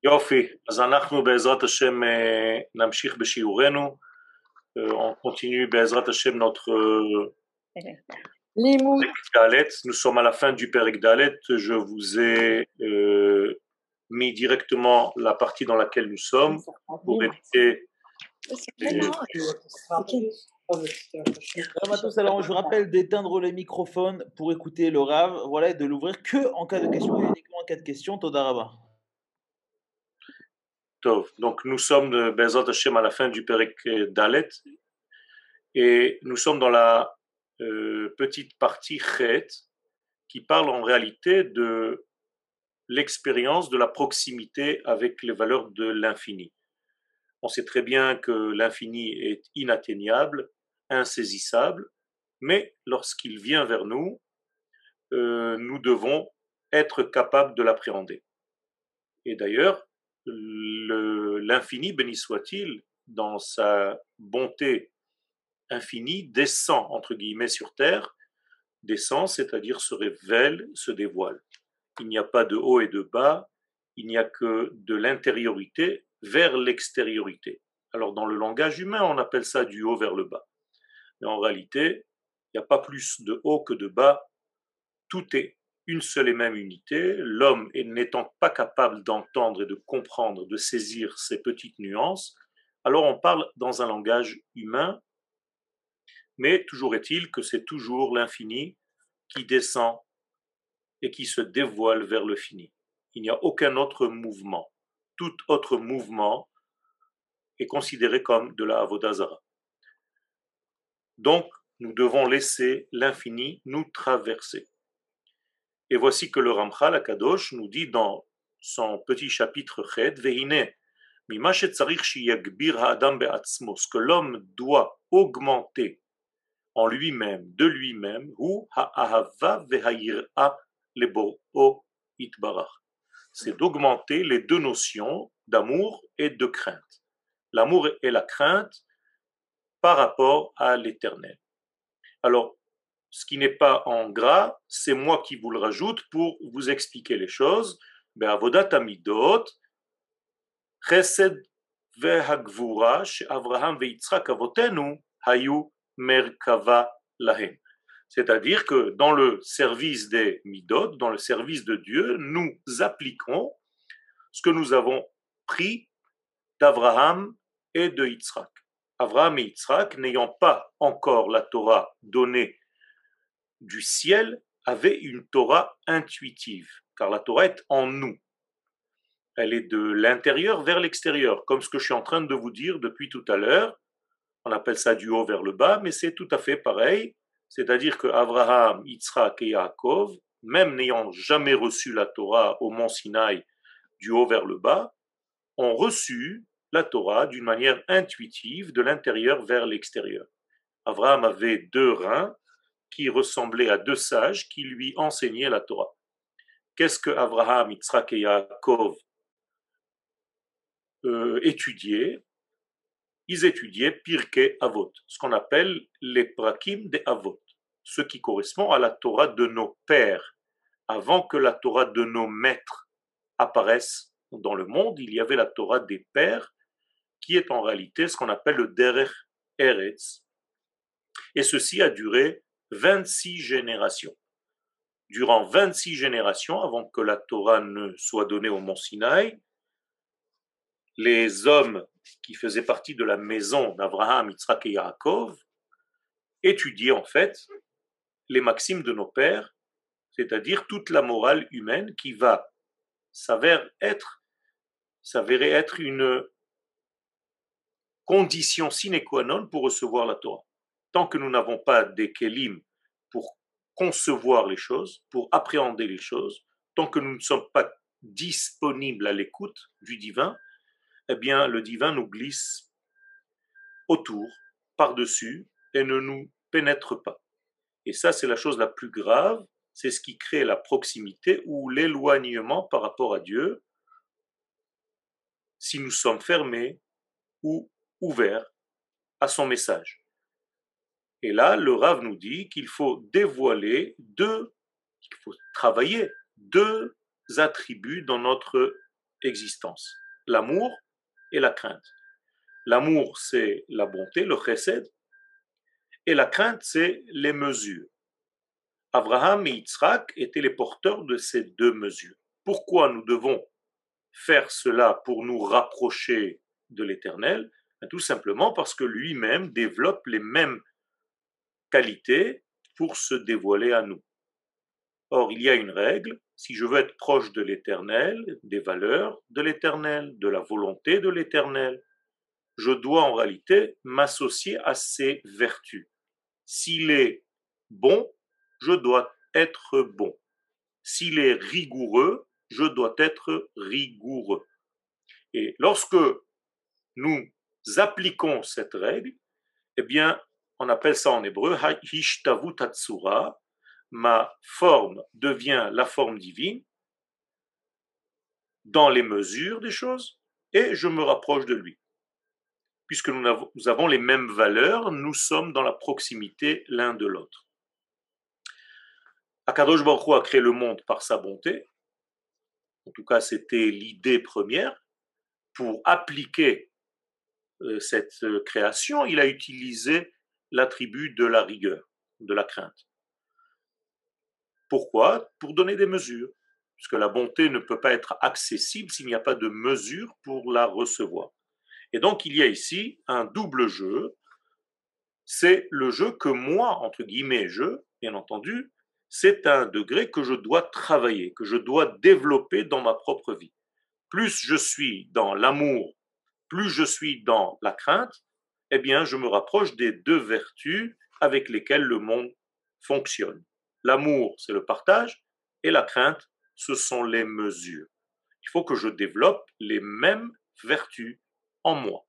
יופי, אז אנחנו בעזרת השם נמשיך בשיעורנו, on continue בעזרת השם notre Limoud. Dalet. Nous sommes à la fin du Perek Dalet. Je vous ai mis directement la partie dans laquelle nous sommes pour éviter. Alors, je vous rappelle d'éteindre les microphones pour écouter le Rav, voilà, et de l'ouvrir que en cas de question, uniquement en cas de question. Toda Rabba. Tov. Donc nous sommes Bezat Hashem à la fin du Perek Dalet et nous sommes dans la petite partie Chet qui parle en réalité de l'expérience de la proximité avec les valeurs de l'infini. On sait très bien que l'infini est inatteignable, insaisissable, mais lorsqu'il vient vers nous, nous devons être capables de l'appréhender. Et d'ailleurs, l'infini, béni soit-il, dans sa bonté infinie, descend, entre guillemets, sur terre, descend, c'est-à-dire se révèle, se dévoile. Il n'y a pas de haut et de bas, il n'y a que de l'intériorité vers l'extériorité. Alors dans le langage humain, on appelle ça du haut vers le bas. Mais en réalité, il n'y a pas plus de haut que de bas, tout est une seule et même unité. L'homme n'étant pas capable d'entendre et de comprendre, de saisir ces petites nuances, alors on parle dans un langage humain, mais toujours est-il que c'est toujours l'infini qui descend et qui se dévoile vers le fini. Il n'y a aucun autre mouvement. Tout autre mouvement est considéré comme de la Avodah Zara. Donc, nous devons laisser l'infini nous traverser. Et voici que le Ramchal Akadosh nous dit dans son petit chapitre Chet, Vehine, ce que l'homme doit augmenter en lui-même, de lui-même, c'est d'augmenter les deux notions d'amour et de crainte. L'amour et la crainte par rapport à l'éternel. Alors, ce qui n'est pas en gras, c'est moi qui vous le rajoute pour vous expliquer les choses. Be'avodat amidot, chesed ve'hagvura, she'Avraham ve'Yitzhak avotenu hayu merkava lahem. C'est-à-dire que dans le service des midot, dans le service de Dieu, nous appliquons ce que nous avons pris d'Avraham et de Yitzhak. Avraham et Yitzhak, n'ayant pas encore la Torah donnée du ciel, avaient une Torah intuitive, car la Torah est en nous. Elle est de l'intérieur vers l'extérieur, comme ce que je suis en train de vous dire depuis tout à l'heure. On appelle ça du haut vers le bas, mais c'est tout à fait pareil. C'est-à-dire que Abraham, Yitzhak et Yaakov, même n'ayant jamais reçu la Torah au mont Sinaï du haut vers le bas, ont reçu la Torah d'une manière intuitive de l'intérieur vers l'extérieur. Abraham avait deux reins qui ressemblaient à deux sages qui lui enseignaient la Torah. Qu'est-ce que Abraham, Yitzhak et Yaakov étudiaient? Ils étudiaient Pirkei Avot, ce qu'on appelle les prakim des Avot, ce qui correspond à la Torah de nos pères. Avant que la Torah de nos maîtres apparaisse dans le monde, il y avait la Torah des pères, qui est en réalité ce qu'on appelle le Derech Eretz. Et ceci a duré 26 générations. Durant 26 générations, avant que la Torah ne soit donnée au mont Sinaï, les hommes qui faisaient partie de la maison d'Abraham, Yitzhak et Yaakov étudiaient en fait les maximes de nos pères, c'est-à-dire toute la morale humaine qui va s'avérer être une condition sine qua non pour recevoir la Torah. Tant que nous n'avons pas des kelim pour concevoir les choses, pour appréhender les choses, tant que nous ne sommes pas disponibles à l'écoute du divin, eh bien le divin nous glisse autour, par-dessus, et ne nous pénètre pas. Et ça, c'est la chose la plus grave, c'est ce qui crée la proximité ou l'éloignement par rapport à Dieu, si nous sommes fermés ou ouverts à son message. Et là, le Rav nous dit qu'il faut dévoiler qu'il faut travailler deux attributs dans notre existence, l'amour et la crainte. L'amour, c'est la bonté, le chesed, et la crainte, c'est les mesures. Abraham et Yitzhak étaient les porteurs de ces deux mesures. Pourquoi nous devons faire cela pour nous rapprocher de l'Éternel? Tout simplement parce que lui-même développe les mêmes qualités pour se dévoiler à nous. Or, il y a une règle, si je veux être proche de l'Éternel, des valeurs de l'Éternel, de la volonté de l'Éternel, je dois en réalité m'associer à ses vertus. S'il est bon, je dois être bon. S'il est rigoureux, je dois être rigoureux. Et lorsque nous appliquons cette règle, eh bien, on appelle ça en hébreu Hishtavu Tatsura, ma forme devient la forme divine dans les mesures des choses et je me rapproche de lui. Puisque nous avons les mêmes valeurs, nous sommes dans la proximité l'un de l'autre. Akadosh Baruch Hu a créé le monde par sa bonté. En tout cas, c'était l'idée première. Pour appliquer cette création, il a utilisé l'attribut de la rigueur, de la crainte. Pourquoi? Pour donner des mesures. Parce que la bonté ne peut pas être accessible s'il n'y a pas de mesure pour la recevoir. Et donc, il y a ici un double jeu. C'est le jeu que moi, entre guillemets, bien entendu, c'est un degré que je dois travailler, que je dois développer dans ma propre vie. Plus je suis dans l'amour, plus je suis dans la crainte, eh bien, je me rapproche des deux vertus avec lesquelles le monde fonctionne. L'amour, c'est le partage, et la crainte, ce sont les mesures. Il faut que je développe les mêmes vertus en moi.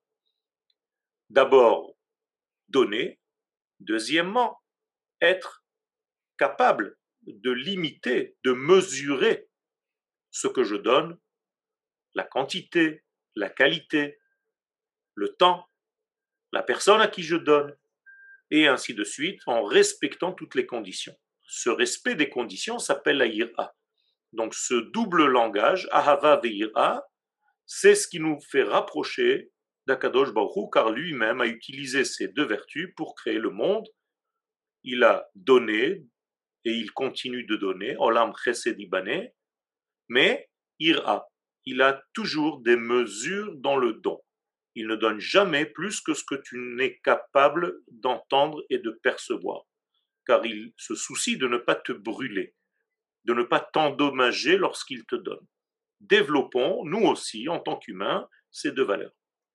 D'abord, donner. Deuxièmement, être capable de limiter, de mesurer ce que je donne, la quantité, la qualité, le temps, la personne à qui je donne, et ainsi de suite, en respectant toutes les conditions. Ce respect des conditions s'appelle la ira. Donc ce double langage, ahava ve ira, c'est ce qui nous fait rapprocher d'Akadosh Baruch Hu, car lui-même a utilisé ces deux vertus pour créer le monde. Il a donné, et il continue de donner, Olam Chesed Ibane, mais ira, il a toujours des mesures dans le don. Il ne donne jamais plus que ce que tu n'es capable d'entendre et de percevoir, car il se soucie de ne pas te brûler, de ne pas t'endommager lorsqu'il te donne. Développons, nous aussi, en tant qu'humains, ces deux valeurs.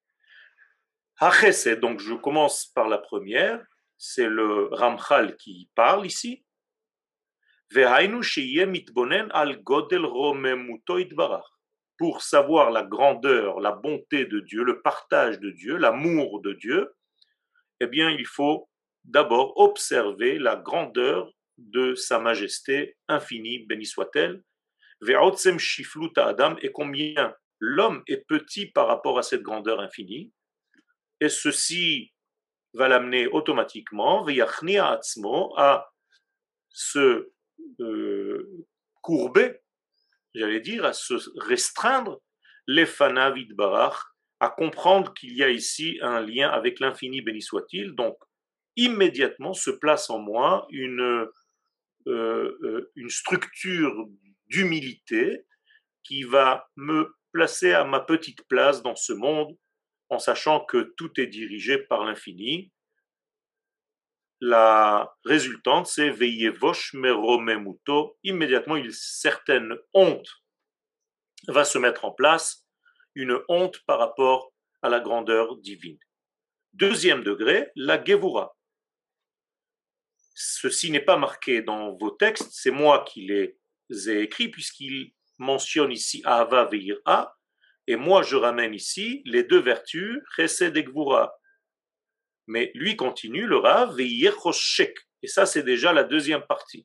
Hachesed, donc je commence par la première, c'est le Ramchal qui parle ici. Pour savoir la grandeur, la bonté de Dieu, le partage de Dieu, l'amour de Dieu, eh bien, il faut d'abord observer la grandeur de sa majesté infinie, béni soit-elle, et combien l'homme est petit par rapport à cette grandeur infinie, et ceci va l'amener automatiquement à se courber, j'allais dire, à se restreindre, l'efana vidbarach, à comprendre qu'il y a ici un lien avec l'infini, béni soit-il. Donc, immédiatement se place en moi une structure d'humilité qui va me placer à ma petite place dans ce monde, en sachant que tout est dirigé par l'infini. La résultante, c'est Veyevosh meromemuto. Immédiatement, une certaine honte va se mettre en place, une honte par rapport à la grandeur divine. Deuxième degré, la Gevura. Ceci n'est pas marqué dans vos textes, c'est moi qui les ai écrits, puisqu'il mentionne ici Ahava Veira, et moi je ramène ici les deux vertus, Chesed et Gvura. Mais lui continue, le Rav, Veyechoshek. Et ça, c'est déjà la deuxième partie.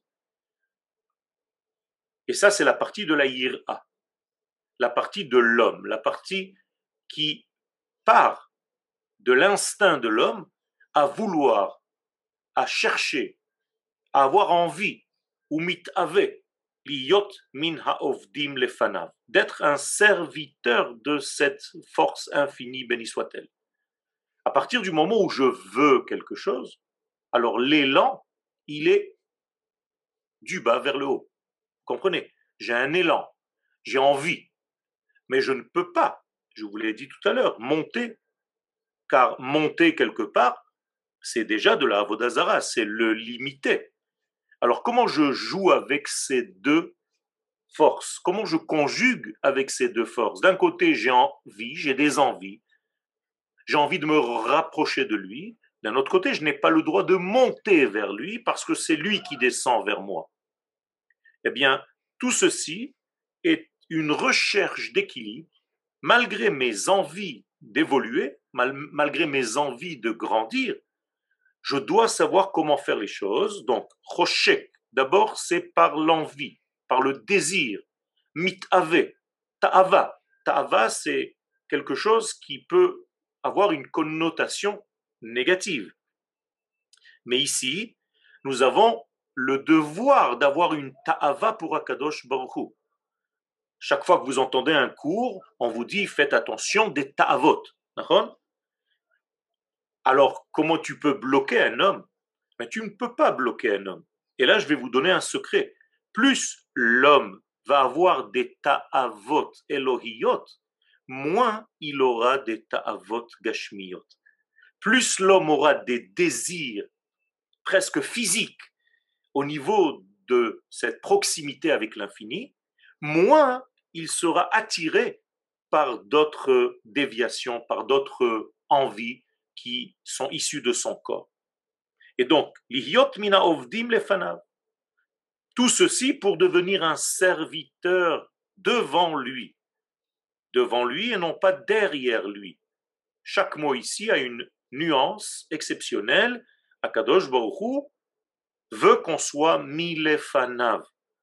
Et ça, c'est la partie de la Yira, la partie de l'homme, la partie qui part de l'instinct de l'homme à vouloir, à chercher, à avoir envie, ou mitave, liyot min ha'ovdim lefanav, d'être un serviteur de cette force infinie, béni soit-elle. À partir du moment où je veux quelque chose, alors l'élan, il est du bas vers le haut. Vous comprenez? J'ai un élan, j'ai envie, mais je ne peux pas, je vous l'ai dit tout à l'heure, monter, car monter quelque part, c'est déjà de la Avodazara, c'est le limiter. Alors comment je joue avec ces deux forces? Comment je conjugue avec ces deux forces? D'un côté, j'ai envie, j'ai des envies, j'ai envie de me rapprocher de lui. D'un autre côté, je n'ai pas le droit de monter vers lui parce que c'est lui qui descend vers moi. Eh bien, tout ceci est une recherche d'équilibre malgré mes envies d'évoluer, malgré mes envies de grandir. Je dois savoir comment faire les choses. Donc, roshek, d'abord, c'est par l'envie, par le désir. Mitave, ta'ava. Ta'ava, c'est quelque chose qui peut avoir une connotation négative. Mais ici, nous avons le devoir d'avoir une ta'ava pour Akadosh Baruch Hu. Chaque fois que vous entendez un cours, on vous dit faites attention des ta'avot. D'accord? Alors, comment tu peux bloquer un homme? Mais tu ne peux pas bloquer un homme. Et là, je vais vous donner un secret. Plus l'homme va avoir des ta'avot elohiyot, moins il aura des ta'avot gashmiyot. Plus l'homme aura des désirs presque physiques au niveau de cette proximité avec l'infini, moins il sera attiré par d'autres déviations, par d'autres envies qui sont issues de son corps. Et donc, lihyot mina ovdim lefanav. Tout ceci pour devenir un serviteur devant lui. Devant lui et non pas derrière lui. Chaque mot ici a une nuance exceptionnelle. Akadosh Baruch Hu veut qu'on soit milefanav,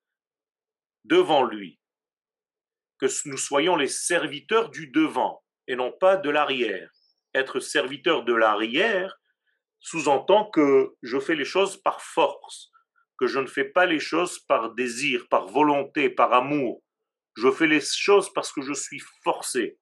devant lui. Que nous soyons les serviteurs du devant et non pas de l'arrière. Être serviteur de l'arrière sous-entend que je fais les choses par force, que je ne fais pas les choses par désir, par volonté, par amour. Je fais les choses parce que je suis forcé.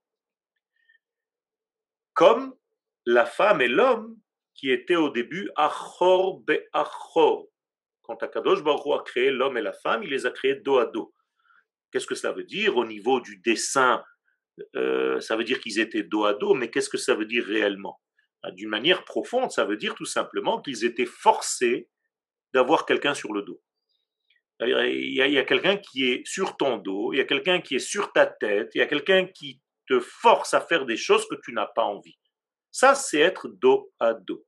Comme la femme et l'homme qui étaient au début achor be'achor. Quand Akadosh Baruch Hu a créé l'homme et la femme, il les a créés dos à dos. Qu'est-ce que ça veut dire au niveau du dessin? Ça veut dire qu'ils étaient dos à dos, mais qu'est-ce que ça veut dire réellement? D'une manière profonde, ça veut dire tout simplement qu'ils étaient forcés d'avoir quelqu'un sur le dos. Il y a quelqu'un qui est sur ton dos, il y a quelqu'un qui est sur ta tête, il y a quelqu'un qui te force à faire des choses que tu n'as pas envie. Ça, c'est être dos à dos.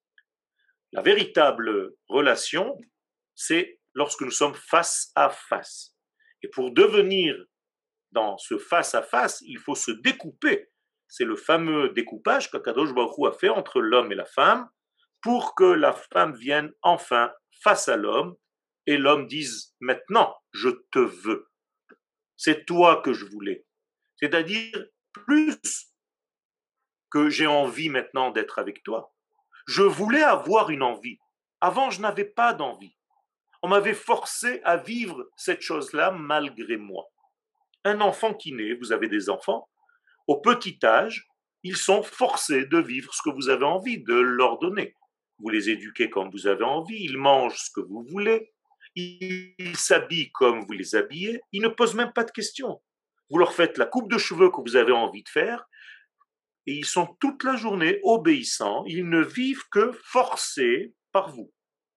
La véritable relation, c'est lorsque nous sommes face à face. Et pour devenir dans ce face à face, il faut se découper. C'est le fameux découpage qu'Akadosh Baruch Hu a fait entre l'homme et la femme pour que la femme vienne enfin face à l'homme et l'homme dise maintenant je te veux. C'est toi que je voulais. C'est-à-dire plus que j'ai envie maintenant d'être avec toi. Je voulais avoir une envie. Avant, je n'avais pas d'envie. On m'avait forcé à vivre cette chose-là malgré moi. Un enfant qui naît, vous avez des enfants, au petit âge, ils sont forcés de vivre ce que vous avez envie de leur donner. Vous les éduquez comme vous avez envie, ils mangent ce que vous voulez, ils s'habillent comme vous les habillez, ils ne posent même pas de questions. Vous leur faites la coupe de cheveux que vous avez envie de faire, et ils sont toute la journée obéissants, ils ne vivent que forcés par vous.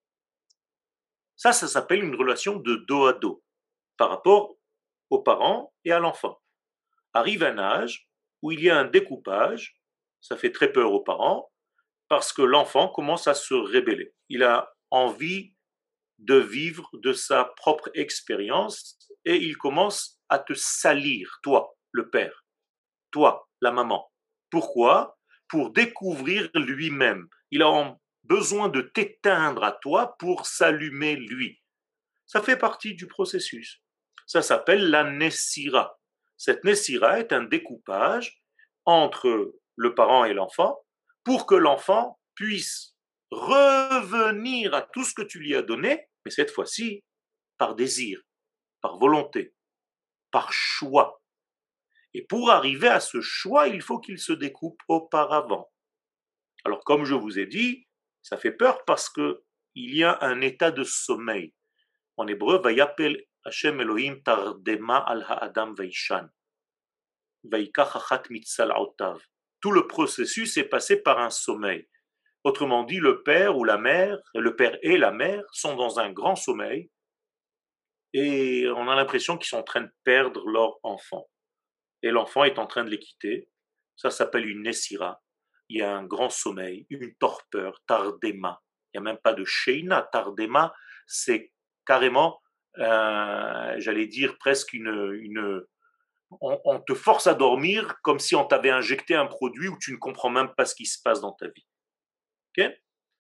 Ça s'appelle une relation de dos à dos par rapport aux parents et à l'enfant. Arrive un âge où il y a un découpage, ça fait très peur aux parents, parce que l'enfant commence à se rébeller. Il a envie de vivre de sa propre expérience et il commence à te salir, toi, le père, toi, la maman. Pourquoi? Pour découvrir lui-même. Il a besoin de t'éteindre à toi pour s'allumer lui. Ça fait partie du processus. Ça s'appelle la Nessira. Cette Nessira est un découpage entre le parent et l'enfant pour que l'enfant puisse revenir à tout ce que tu lui as donné, mais cette fois-ci par désir, par volonté, par choix. Et pour arriver à ce choix, il faut qu'il se découpe auparavant. Alors, comme je vous ai dit, ça fait peur parce que il y a un état de sommeil. En hébreu, Vayapel Hashem Elohim tardema al ha'adam vaishan. Vaikach achat mitzal'otav. Tout le processus est passé par un sommeil. Autrement dit, le père ou la mère, le père et la mère sont dans un grand sommeil et on a l'impression qu'ils sont en train de perdre leur enfant. Et l'enfant est en train de les quitter. Ça s'appelle une nessira. Il y a un grand sommeil, une torpeur, tardema. Il n'y a même pas de sheina. Tardema, c'est carrément, j'allais dire presque on te force à dormir comme si on t'avait injecté un produit où tu ne comprends même pas ce qui se passe dans ta vie. Okay?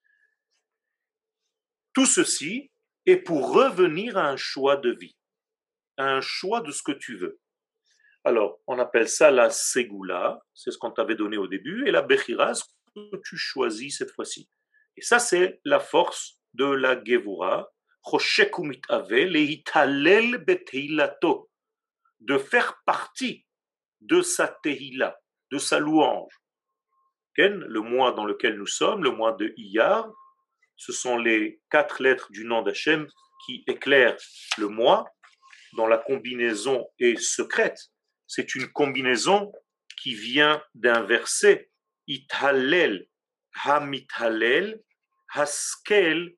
Tout ceci est pour revenir à un choix de vie, à un choix de ce que tu veux. Alors, on appelle ça la Ségoula, c'est ce qu'on t'avait donné au début, et la Bechira, ce que tu choisis cette fois-ci. Et ça, c'est la force de la Gevura, de faire partie de sa Tehila, de sa louange. Le mois dans lequel nous sommes, le mois de Iyar, ce sont les 4 lettres du nom d'Hachem qui éclairent le mois, dont la combinaison est secrète. C'est une combinaison qui vient d'un verset Ithalel, Hamithalel, Haskel,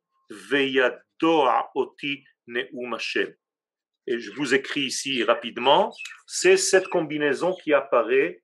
Veyadoa oti Neum Hashem. Et je vous écris ici rapidement, c'est cette combinaison qui apparaît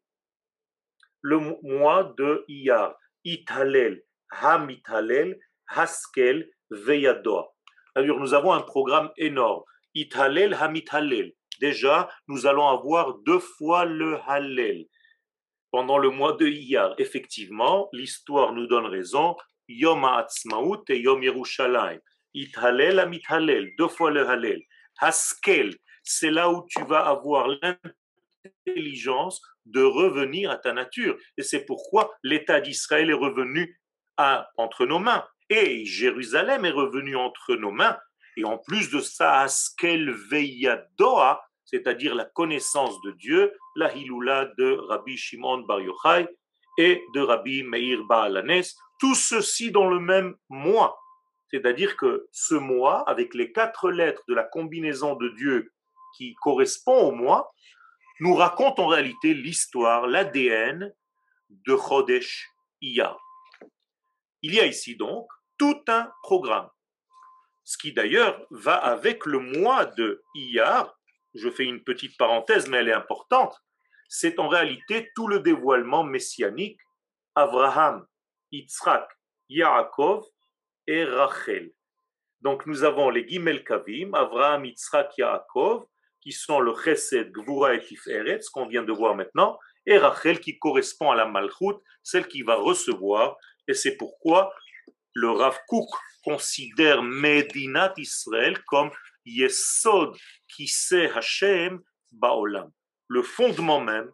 le mois de Iyar. Ithalel, Hamithalel, Haskel, Veyadoa. C'est-à-dire, nous avons un programme énorme. Ithalel, Hamithalel. Déjà, nous allons avoir 2 fois le Hallel pendant le mois de Iyar. Effectivement, l'histoire nous donne raison. Yom HaAtzmaut et Yom Yerushalayim. Ithalel, Hamithalel. 2 fois le Hallel. Haskel, c'est là où tu vas avoir l'intelligence de revenir à ta nature. Et c'est pourquoi l'État d'Israël est revenu entre nos mains. Et Jérusalem est revenu entre nos mains. Et en plus de ça, Haskel Veyadoa, c'est-à-dire la connaissance de Dieu, la Hiloula de Rabbi Shimon Bar Yochai et de Rabbi Meir Baal Hanes, tout ceci dans le même mois. C'est-à-dire que ce mois, avec les 4 lettres de la combinaison de Dieu qui correspond au mois, nous raconte en réalité l'histoire, l'ADN de Chodesh Iyar. Il y a ici donc tout un programme. Ce qui d'ailleurs va avec le mois de Iyar, je fais une petite parenthèse mais elle est importante, c'est en réalité tout le dévoilement messianique, Abraham, Yitzhak, Yaakov et Rachel. Donc nous avons les Gimel Kavim, Abraham, Yitzhak, Yaakov, qui sont le Chesed, Gvura et Tiferet, ce qu'on vient de voir maintenant, et Rachel qui correspond à la Malchut, celle qui va recevoir, et c'est pourquoi le Rav Kook considère Medinat Israël comme Yesod Kiseh Hashem Baolam, le fondement même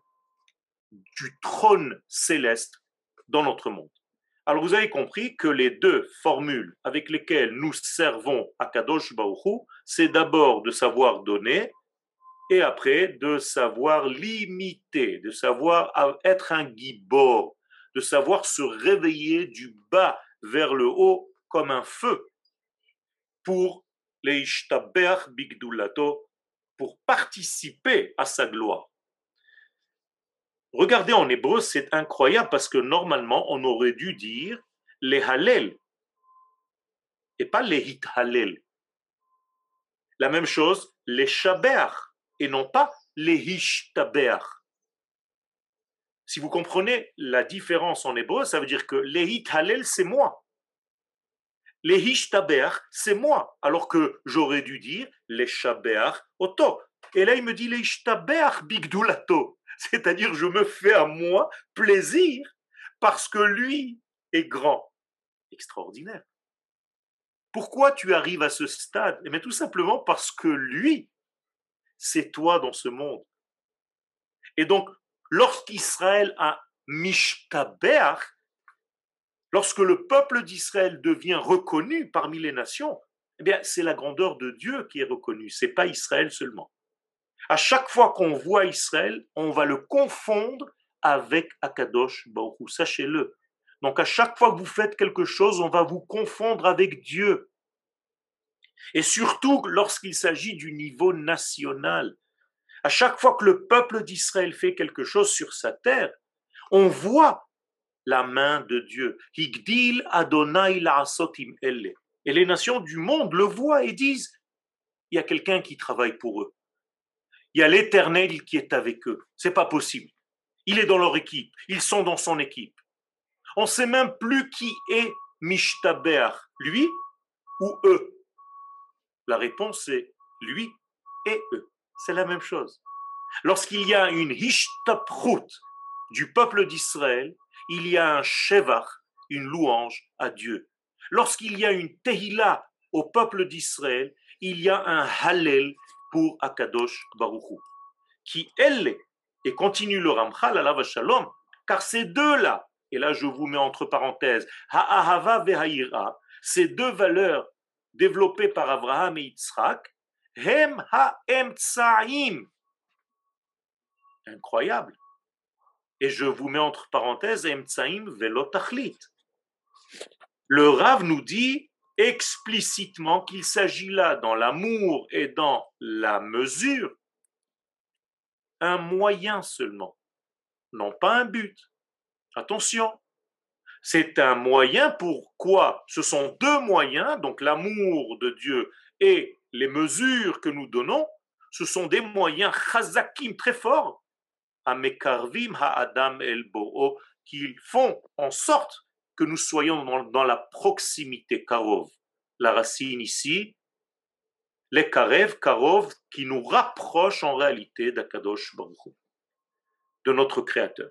du trône céleste dans notre monde. Alors vous avez compris que les 2 formules avec lesquelles nous servons à Kadosh Baruch Hu, c'est d'abord de savoir donner et après de savoir limiter, de savoir être un gibor, de savoir se réveiller du bas vers le haut comme un feu pour leishtabeach bigdulato, pour participer à sa gloire. Regardez en hébreu, c'est incroyable parce que normalement on aurait dû dire les hallel et pas les hit hallel. La même chose, les shabeach et non pas les hishtabeach. Si vous comprenez la différence en hébreu, ça veut dire que les hit hallel c'est moi. Les hishtabeach c'est moi, alors que j'aurais dû dire les shabeach oto. Et là il me dit les hishtabeach bigdulato. C'est-à-dire, je me fais à moi plaisir parce que lui est grand. Extraordinaire. Pourquoi tu arrives à ce stade? Eh bien, tout simplement parce que lui, c'est toi dans ce monde. Et donc, lorsqu'Israël a mishtabeach, lorsque le peuple d'Israël devient reconnu parmi les nations, Eh bien, c'est la grandeur de Dieu qui est reconnue, c'est pas Israël seulement. À chaque fois qu'on voit Israël, on va le confondre avec Akadosh Baruch Hu, sachez-le. Donc à chaque fois que vous faites quelque chose, on va vous confondre avec Dieu. Et surtout lorsqu'il s'agit du niveau national. À chaque fois que le peuple d'Israël fait quelque chose sur sa terre, on voit la main de Dieu. Higdil Adonai la'asot im elle. Et les nations du monde le voient et disent, il y a quelqu'un qui travaille pour eux. Il y a l'Éternel qui est avec eux. C'est pas possible. Il est dans leur équipe. Ils sont dans son équipe. On ne sait même plus qui est Mishtabeach, lui ou eux. La réponse est lui et eux. C'est la même chose. Lorsqu'il y a une hishtaprut du peuple d'Israël, il y a un shevach, une louange à Dieu. Lorsqu'il y a une tehila au peuple d'Israël, il y a un hallel pour Akadosh Baruchu. Qui elle, et continue le Ramchal, alav shalom, car ces deux-là, et là je vous mets entre parenthèses, ha'ahava ve'ha'ira, ces deux valeurs développées par Abraham et Yitzhak, hem ha'emtsaim, incroyable. Et je vous mets entre parenthèses, emtsaim velo tachlit. Le Rav nous dit explicitement qu'il s'agit là, dans l'amour et dans la mesure, un moyen seulement, non pas un but. Attention, c'est un moyen pour quoi? Ce sont deux moyens, donc l'amour de Dieu et les mesures que nous donnons, ce sont des moyens chazakim très forts, à mekarvim ha'adam el bo'o, qui font en sorte que nous soyons dans la proximité, karov. La racine ici, les karev, karov, qui nous rapproche en réalité d'Akadosh Baruch Hu, de notre Créateur.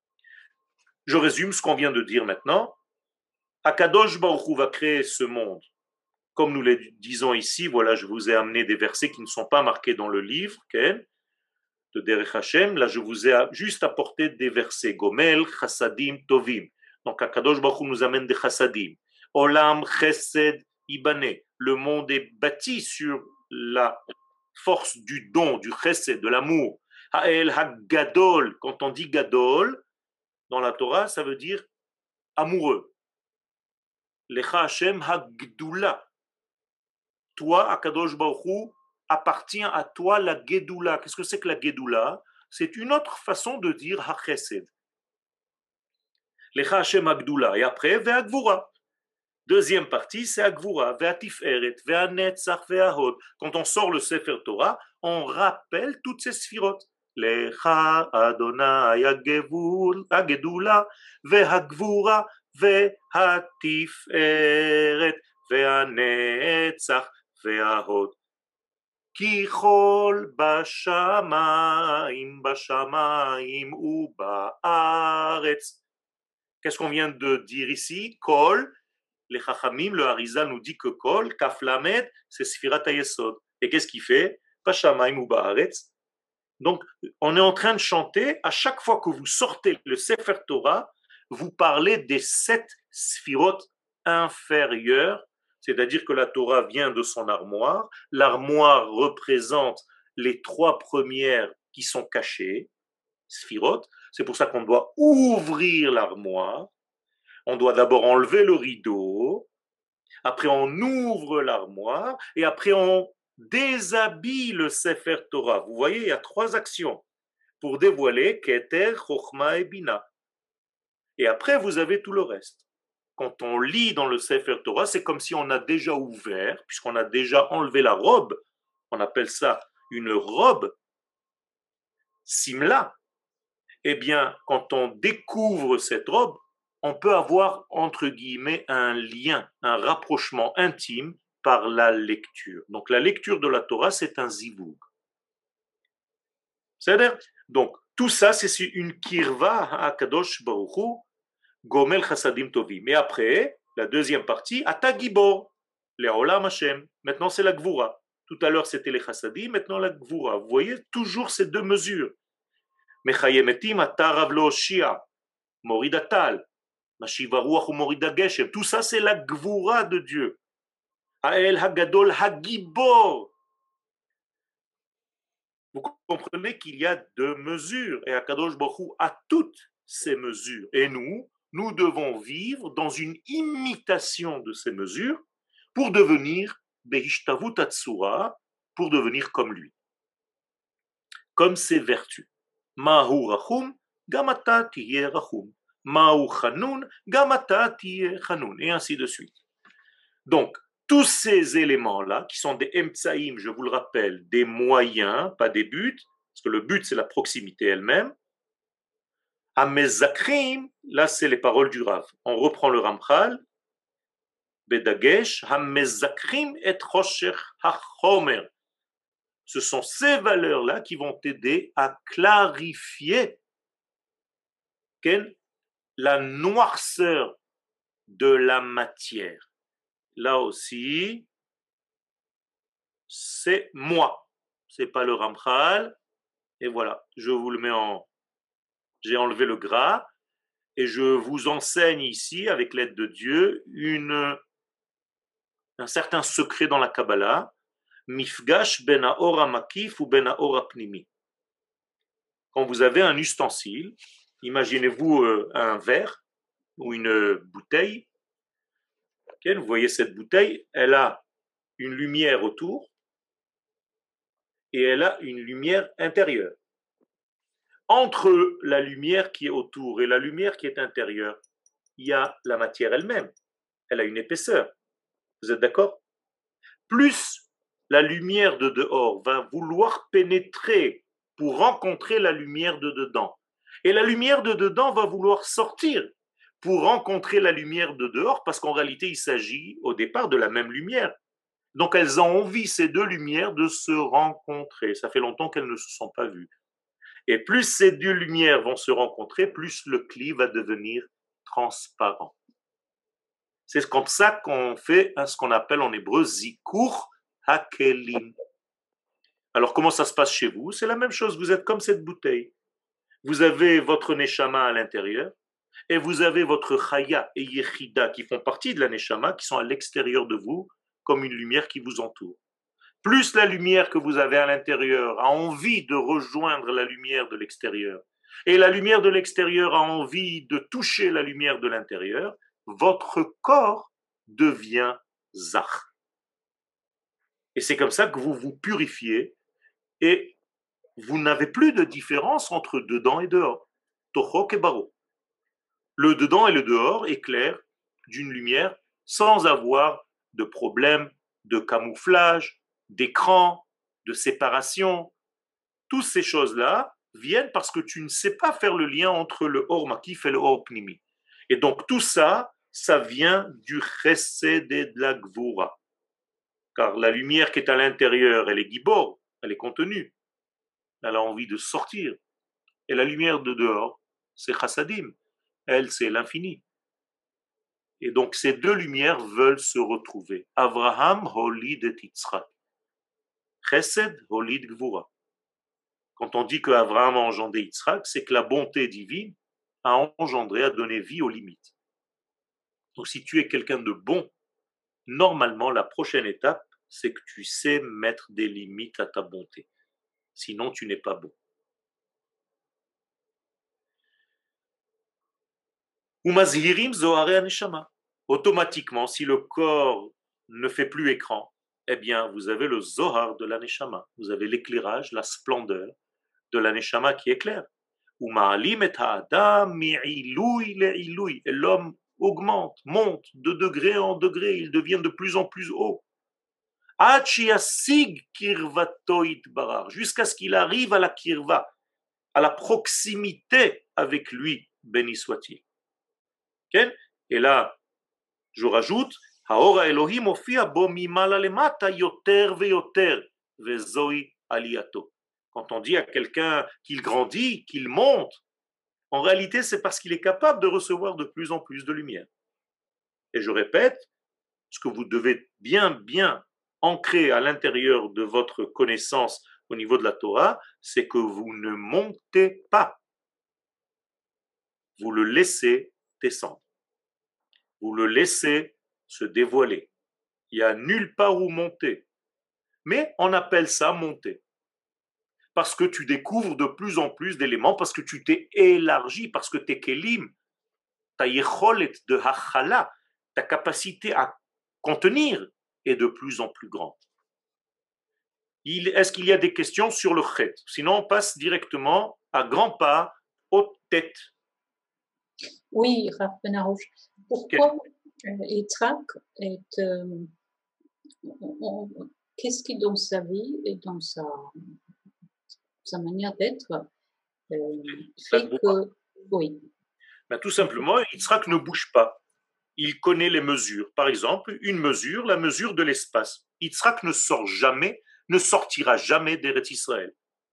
Je résume ce qu'on vient de dire maintenant. Akadosh Baruch Hu va créer ce monde. Comme nous le disons ici, voilà, je vous ai amené des versets qui ne sont pas marqués dans le livre, de Derech Hashem. Là, je vous ai juste apporté des versets. Gomel, Chassadim, Tovim. Donc, Akadosh Baruch Hu nous amène des Chassadim. Olam, Chesed, Ibane. Le monde est bâti sur la force du don, du Chesed, de l'amour. Ha'el, Ha'gadol. Quand on dit Gadol, dans la Torah, ça veut dire amoureux. Lecha Hashem Hagdula. Toi, Akadosh Baruch Hu, appartient à toi la Gedula. Qu'est-ce que c'est que la Gedula? C'est une autre façon de dire HaChesed. Lecha Hashem Hagdula. Et après, Ve'agvura. Deuxième partie, c'est Agvura. Ve'atiferet, Ve'anetzach, Ve'ahod. Quand on sort le Sefer Torah, on rappelle toutes ces sphirotes. Lecha Adonai Hagedula, Ve'agvura, Ve'atiferet, Ve'anetzach, Ve'ahod. Kichol Bashamaim, Bashamaim ou Ba'aretz. Qu'est-ce qu'on vient de dire ici? Kol, les Chachamim, le Harizal nous dit que Kol, Kaf Lamed, c'est Sfirat HaYesod. Et qu'est-ce qu'il fait? Bashamaim ou Ba'aretz. Donc, on est en train de chanter, à chaque fois que vous sortez le Sefer Torah, vous parlez des 7 Sfirot inférieures, c'est-à-dire que la Torah vient de son armoire, l'armoire représente les 3 premières qui sont cachées, Sfirot, c'est pour ça qu'on doit ouvrir l'armoire, on doit d'abord enlever le rideau, après on ouvre l'armoire, et après on déshabille le Sefer Torah. Vous voyez, il y a 3 actions pour dévoiler Keter, Chochma et Bina. Et après, vous avez tout le reste. Quand on lit dans le Sefer Torah, c'est comme si on a déjà ouvert, puisqu'on a déjà enlevé la robe. On appelle ça une robe, simla. Eh bien, quand on découvre cette robe, on peut avoir, entre guillemets, un lien, un rapprochement intime par la lecture. Donc, la lecture de la Torah, c'est un zivoug. C'est-à-dire, donc, tout ça, c'est une kirva à Kadosh Baruch Hu, Gomel Chassadim Tovim. Mais après, la deuxième partie, Ata Gibor, les Olam Hashem. Maintenant, c'est la Gvura. Tout à l'heure, c'était les Chassadim, maintenant la Gvura. Vous voyez, toujours ces deux mesures. Mechayemetim, Ata Ravlo Shia, Moridatal, Mashiva Ruach ou Morida Geshem. Tout ça, c'est la Gvura de Dieu. Ha'el Hagadol Hagibor. Vous comprenez qu'il y a deux mesures et Akadosh Baruch Hu a toutes ces mesures. Et nous devons vivre dans une imitation de ces mesures pour devenir Behishtavu Tatsura, pour devenir comme lui, comme ses vertus. Mahu Rachum, Gamata Tiye Rachum. Mahu Chanun, Gamata Tiye Chanun. Et ainsi de suite. Donc, tous ces éléments-là, qui sont des emtsaïm, je vous le rappelle, des moyens, pas des buts, parce que le but, c'est la proximité elle-même. Hamezakrim, là, c'est les paroles du Rav. On reprend le Ramchal. Bedagesh, Hamezakrim et Rocher HaChomer. Ce sont ces valeurs-là qui vont t'aider à clarifier la noirceur de la matière. Là aussi, c'est moi. C'est pas le Ramchal. Et voilà, je vous le mets en. J'ai enlevé le gras et je vous enseigne ici, avec l'aide de Dieu, un certain secret dans la Kabbalah. Mifgash ben haor makif ou ben haor pnimi. Quand vous avez un ustensile, imaginez-vous un verre ou une bouteille. Okay, vous voyez cette bouteille, elle a une lumière autour et elle a une lumière intérieure. Entre la lumière qui est autour et la lumière qui est intérieure, il y a la matière elle-même. Elle a une épaisseur. Vous êtes d'accord? Plus la lumière de dehors va vouloir pénétrer pour rencontrer la lumière de dedans. Et la lumière de dedans va vouloir sortir pour rencontrer la lumière de dehors, parce qu'en réalité, il s'agit au départ de la même lumière. Donc elles ont envie, ces deux lumières, de se rencontrer. Ça fait longtemps qu'elles ne se sont pas vues. Et plus ces deux lumières vont se rencontrer, plus le cli va devenir transparent. C'est comme ça qu'on fait ce qu'on appelle en hébreu zikur hakelim. Alors comment ça se passe chez vous? C'est la même chose, vous êtes comme cette bouteille. Vous avez votre neshama à l'intérieur et vous avez votre chaya et yechida qui font partie de la neshama, qui sont à l'extérieur de vous, comme une lumière qui vous entoure. Plus la lumière que vous avez à l'intérieur a envie de rejoindre la lumière de l'extérieur, et la lumière de l'extérieur a envie de toucher la lumière de l'intérieur, votre corps devient zach. Et c'est comme ça que vous vous purifiez et vous n'avez plus de différence entre dedans et dehors. Tochok et baro. Le dedans et le dehors éclairent d'une lumière sans avoir de problème de camouflage, d'écran, de séparation. Toutes ces choses-là viennent parce que tu ne sais pas faire le lien entre le or makif et le or pnimi. Et donc tout ça, ça vient du chesed et de la gvura. Car la lumière qui est à l'intérieur, elle est gibor, elle est contenue. Elle a envie de sortir. Et la lumière de dehors, c'est chassadim. Elle, c'est l'infini. Et donc ces deux lumières veulent se retrouver. Abraham holid et Yitzchak. Chesed holid gvura. Quand on dit qu'Abraham a engendré Yitzhak, c'est que la bonté divine a engendré, a donné vie aux limites. Donc si tu es quelqu'un de bon, normalement la prochaine étape, c'est que tu sais mettre des limites à ta bonté. Sinon tu n'es pas bon. Umazhirim zohare aneshama. Automatiquement, si le corps ne fait plus écran, eh bien vous avez le zohar de l'aneshama. Vous avez l'éclairage, la splendeur de l'aneshama qui éclaire. Et l'homme augmente, monte de degré en degré, il devient de plus en plus haut. Jusqu'à ce qu'il arrive à la kirva, à la proximité avec lui, béni soit-il. Et là, je rajoute, Haora Elohim ofia bo mimala lemata yoter veyoter vezoi aliato. Quand on dit à quelqu'un qu'il grandit, qu'il monte, en réalité, c'est parce qu'il est capable de recevoir de plus en plus de lumière. Et je répète, ce que vous devez bien ancrer à l'intérieur de votre connaissance au niveau de la Torah, c'est que vous ne montez pas. Vous le laissez descendre. Vous le laissez se dévoiler. Il n'y a nulle part où monter. Mais on appelle ça monter. Parce que tu découvres de plus en plus d'éléments, parce que tu t'es élargi, parce que tes kelim, ta yecholet de hachala, ta capacité à contenir est de plus en plus grande. Est-ce qu'il y a des questions sur le chet? Sinon, on passe directement à grands pas aux têtes. Oui, Rav Benarouche. Pourquoi Yitzhak est... qu'est-ce qui, dans sa vie et dans sa manière d'être, fait que... Oui. Ben, tout simplement, Yitzhak ne bouge pas. Il connaît les mesures. Par exemple, une mesure, la mesure de l'espace. Yitzhak ne sortira jamais d'Eretz Israël.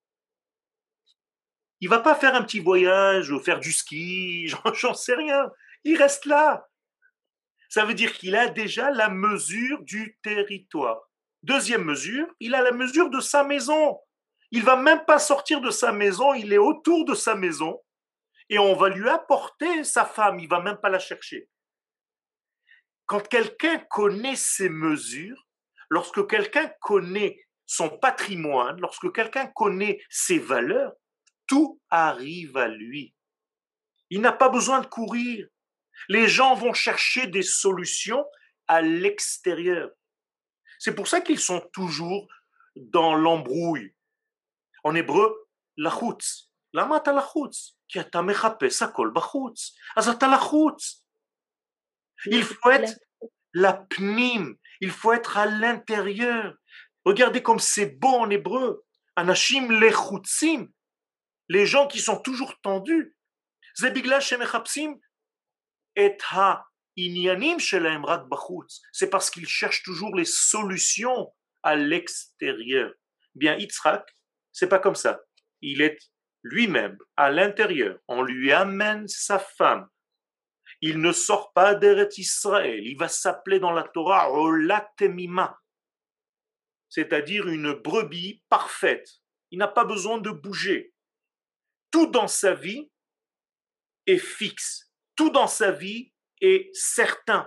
Il va pas faire un petit voyage ou faire du ski, j'en sais rien. Il reste là. Ça veut dire qu'il a déjà la mesure du territoire. Deuxième mesure, il a la mesure de sa maison. Il va même pas sortir de sa maison, il est autour de sa maison et on va lui apporter sa femme, il va même pas la chercher. Quand quelqu'un connaît ses mesures, lorsque quelqu'un connaît son patrimoine, lorsque quelqu'un connaît ses valeurs, tout arrive à lui. Il n'a pas besoin de courir. Les gens vont chercher des solutions à l'extérieur. C'est pour ça qu'ils sont toujours dans l'embrouille. En hébreu, lachutz. Lama ta lachutz? Ki ata mechapes hakol bachutz. Az ata lachutz. Il faut être la pnim, il faut être à l'intérieur. Regardez comme c'est beau en hébreu. Anashim lechutzim. Les gens qui sont toujours tendus. Zebigla shemechapsim et ha inyanim shelaim rak bachutz. C'est parce qu'ils cherchent toujours les solutions à l'extérieur. Bien, Yitzhak, c'est pas comme ça. Il est lui-même à l'intérieur. On lui amène sa femme. Il ne sort pas d'Eretz Israël. Il va s'appeler dans la Torah Olat Temima, c'est-à-dire une brebis parfaite. Il n'a pas besoin de bouger. Tout dans sa vie est fixe. Tout dans sa vie est certain.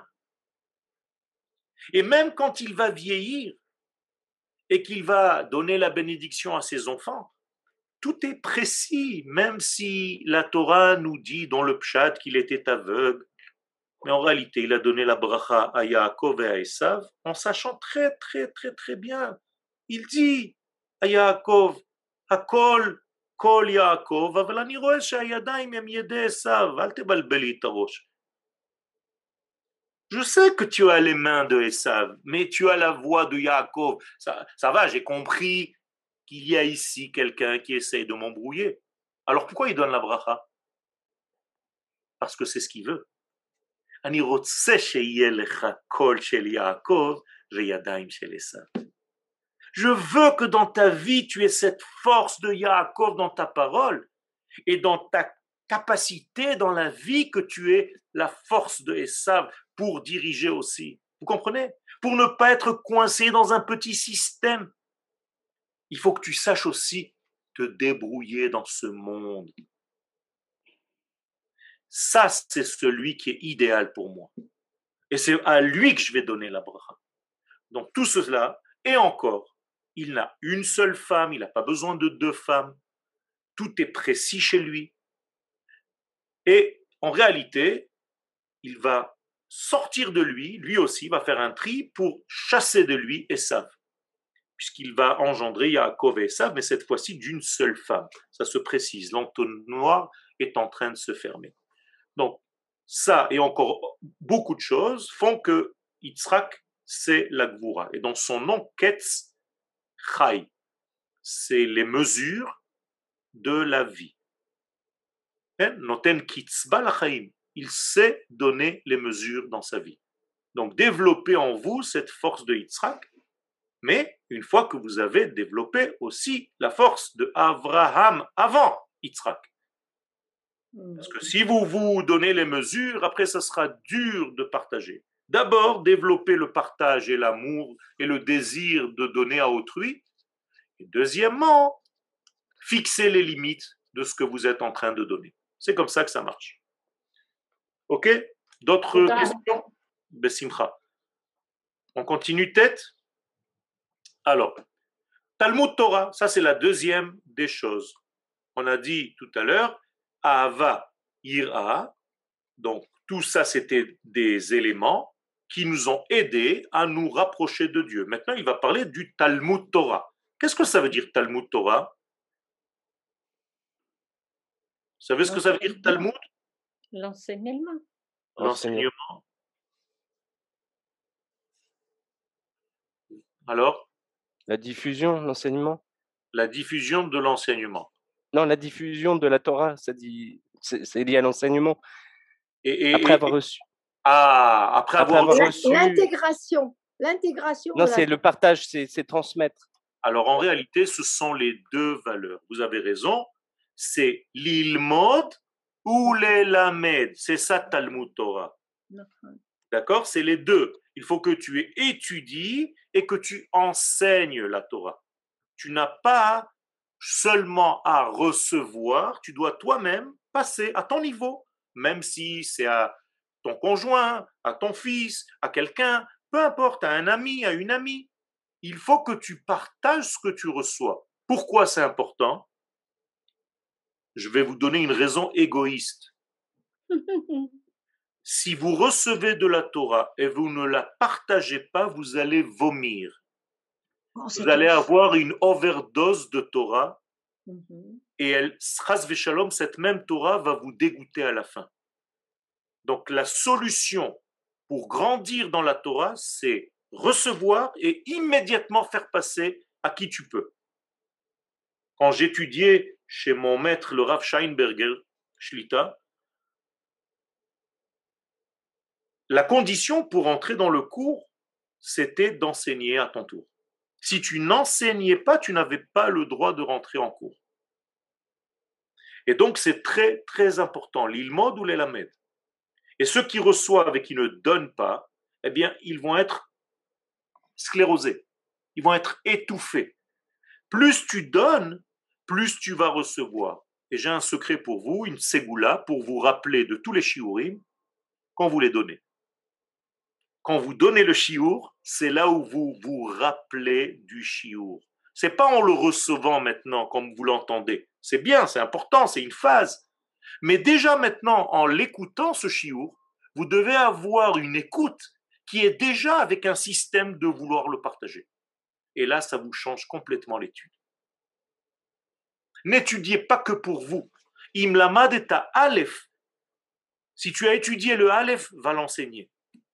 Et même quand il va vieillir et qu'il va donner la bénédiction à ses enfants, tout est précis, même si la Torah nous dit dans le Pshat qu'il était aveugle. Mais en réalité, il a donné la bracha à Yaakov et à Esav en sachant très, très, très, très bien. Il dit à Yaakov, Hakol, Kol Yaakov, אבל אני רואה שהידיים הם ידי עשיו, אל תבלבל לי את הראש. Je sais que tu as les mains de Esav, mais tu as la voix de Yaakov. Ça va, j'ai compris qu'il y a ici quelqu'un qui essaye de m'embrouiller. Alors pourquoi il donne la bracha? Parce que c'est ce qu'il veut. אני רוצה שיהיה לך קול של יעקב וידיים של עשיו. Je veux que dans ta vie, tu aies cette force de Yaakov dans ta parole et dans ta capacité dans la vie que tu aies la force de Esav pour diriger aussi. Vous comprenez? Pour ne pas être coincé dans un petit système. Il faut que tu saches aussi te débrouiller dans ce monde. Ça, c'est celui qui est idéal pour moi. Et c'est à lui que je vais donner la bracha. Donc tout cela, et encore, il n'a une seule femme, il n'a pas besoin de deux femmes. Tout est précis chez lui. Et en réalité, il va sortir de lui, lui aussi va faire un tri pour chasser de lui Esav. Puisqu'il va engendrer Yaakov et Esav, mais cette fois-ci d'une seule femme. Ça se précise, l'entonnoir est en train de se fermer. Donc, ça et encore beaucoup de choses font que Yitzhak, c'est la Gvura. Et dans son nom, Ketz Chai, c'est les mesures de la vie. Noten Kitzba Lachaim, il sait donner les mesures dans sa vie. Donc, développez en vous cette force de Yitzhak, mais une fois que vous avez développé aussi la force de Abraham avant Yitzhak. Parce que si vous vous donnez les mesures, après ça sera dur de partager. D'abord, développer le partage et l'amour et le désir de donner à autrui. Et deuxièmement, fixer les limites de ce que vous êtes en train de donner. C'est comme ça que ça marche. Ok? D'autres questions? Besimcha. On continue tête. Alors, Talmud Torah, ça c'est la deuxième des choses. On a dit tout à l'heure, Ahava, Ira, donc tout ça c'était des éléments qui nous ont aidés à nous rapprocher de Dieu. Maintenant, il va parler du Talmud Torah. Qu'est-ce que ça veut dire Talmud Torah? Vous savez ce que ça veut dire Talmud? L'enseignement. L'enseignement. Alors? La diffusion, l'enseignement. La diffusion de l'enseignement. Non, la diffusion de la Torah, ça dit, c'est lié à l'enseignement. Après avoir reçu. Ah, après avoir reçu. L'intégration. L'intégration. Non, c'est le partage, c'est transmettre. Alors en réalité, ce sont les deux valeurs. Vous avez raison. C'est l'ilmod ou l'elamed. C'est ça Talmud Torah. D'accord? C'est les deux. Il faut que tu étudies et que tu enseignes la Torah. Tu n'as pas seulement à recevoir, tu dois toi-même passer à ton niveau, même si c'est à ton conjoint, à ton fils, à quelqu'un, peu importe, à un ami, à une amie. Il faut que tu partages ce que tu reçois. Pourquoi c'est important? Je vais vous donner une raison égoïste. Si vous recevez de la Torah et vous ne la partagez pas, vous allez vomir. Vous allez avoir une overdose de Torah et chas v'shalom, cette même Torah va vous dégoûter à la fin. Donc la solution pour grandir dans la Torah, c'est recevoir et immédiatement faire passer à qui tu peux. Quand j'étudiais chez mon maître, le Rav Scheinberger, Shlita, la condition pour entrer dans le cours, c'était d'enseigner à ton tour. Si tu n'enseignais pas, tu n'avais pas le droit de rentrer en cours. Et donc, c'est très, très important, l'ilmod ou l'elamed. Et ceux qui reçoivent et qui ne donnent pas, eh bien, ils vont être sclérosés. Ils vont être étouffés. Plus tu donnes, plus tu vas recevoir. Et j'ai un secret pour vous, une ségoula, pour vous rappeler de tous les shiurim quand vous les donnez. Quand vous donnez le shiur, c'est là où vous vous rappelez du shiur. C'est pas en le recevant maintenant, comme vous l'entendez. C'est bien, c'est important, c'est une phase. Mais déjà maintenant, en l'écoutant, ce shiur, vous devez avoir une écoute qui est déjà avec un système de vouloir le partager. Et là, ça vous change complètement l'étude. N'étudiez pas que pour vous. Imlamad et ta Aleph. Si tu as étudié le Aleph, va l'enseigner.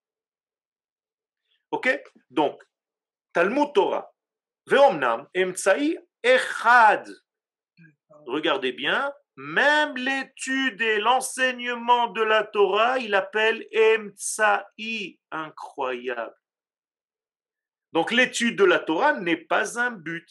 Ok? Donc, Talmud Torah, Veomnam, Emtsai, Echad. Regardez bien, même l'étude et l'enseignement de la Torah, il appelle Emtsai, incroyable. Donc, l'étude de la Torah n'est pas un but.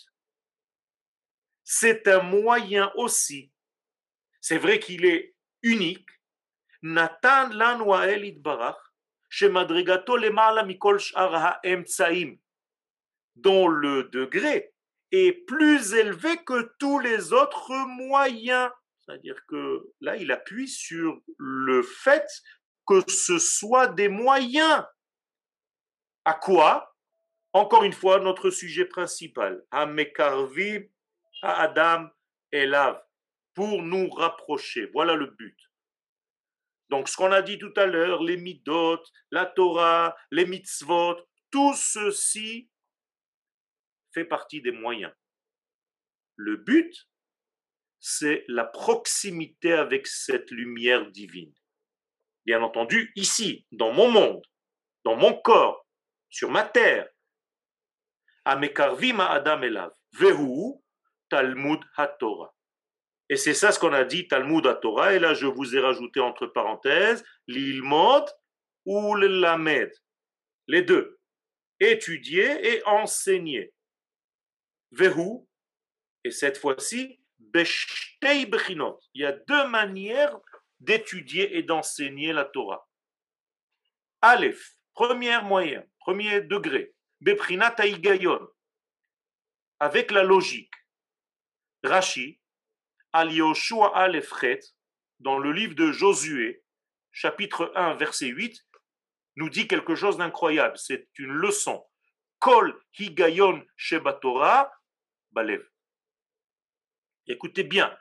C'est un moyen aussi. C'est vrai qu'il est unique. Natan lanu ha'el itbarach, shemadrigato lema'ala mikol sh'ar ha'emtsaim, dont le degré est plus élevé que tous les autres moyens. C'est-à-dire que là, il appuie sur le fait que ce soit des moyens. À quoi? Encore une fois, notre sujet principal. Hamekarvim ha'adam elav. Pour nous rapprocher. Voilà le but. Donc, ce qu'on a dit tout à l'heure, les midot, la Torah, les mitzvot, tout ceci fait partie des moyens. Le but, c'est la proximité avec cette lumière divine. Bien entendu, ici, dans mon monde, dans mon corps, sur ma terre. Amekarvim ha'adam elav. Vehu Talmud HaTorah. Et c'est ça ce qu'on a dit, Talmud HaTorah. Et là, je vous ai rajouté entre parenthèses, l'ilmod ou le lamed. Les deux. Étudier et enseigner. Vehu. Et cette fois-ci, beshtei bechinot. Il y a deux manières d'étudier et d'enseigner la Torah. Aleph, premier moyen, premier degré. Beprinat ha'igayon. Avec la logique. Rashi, Al Yoshua Aleph Chet, dans le livre de Josué, chapitre 1, verset 8, nous dit quelque chose d'incroyable. C'est une leçon. Kol higayon shebatora balev. Écoutez bien.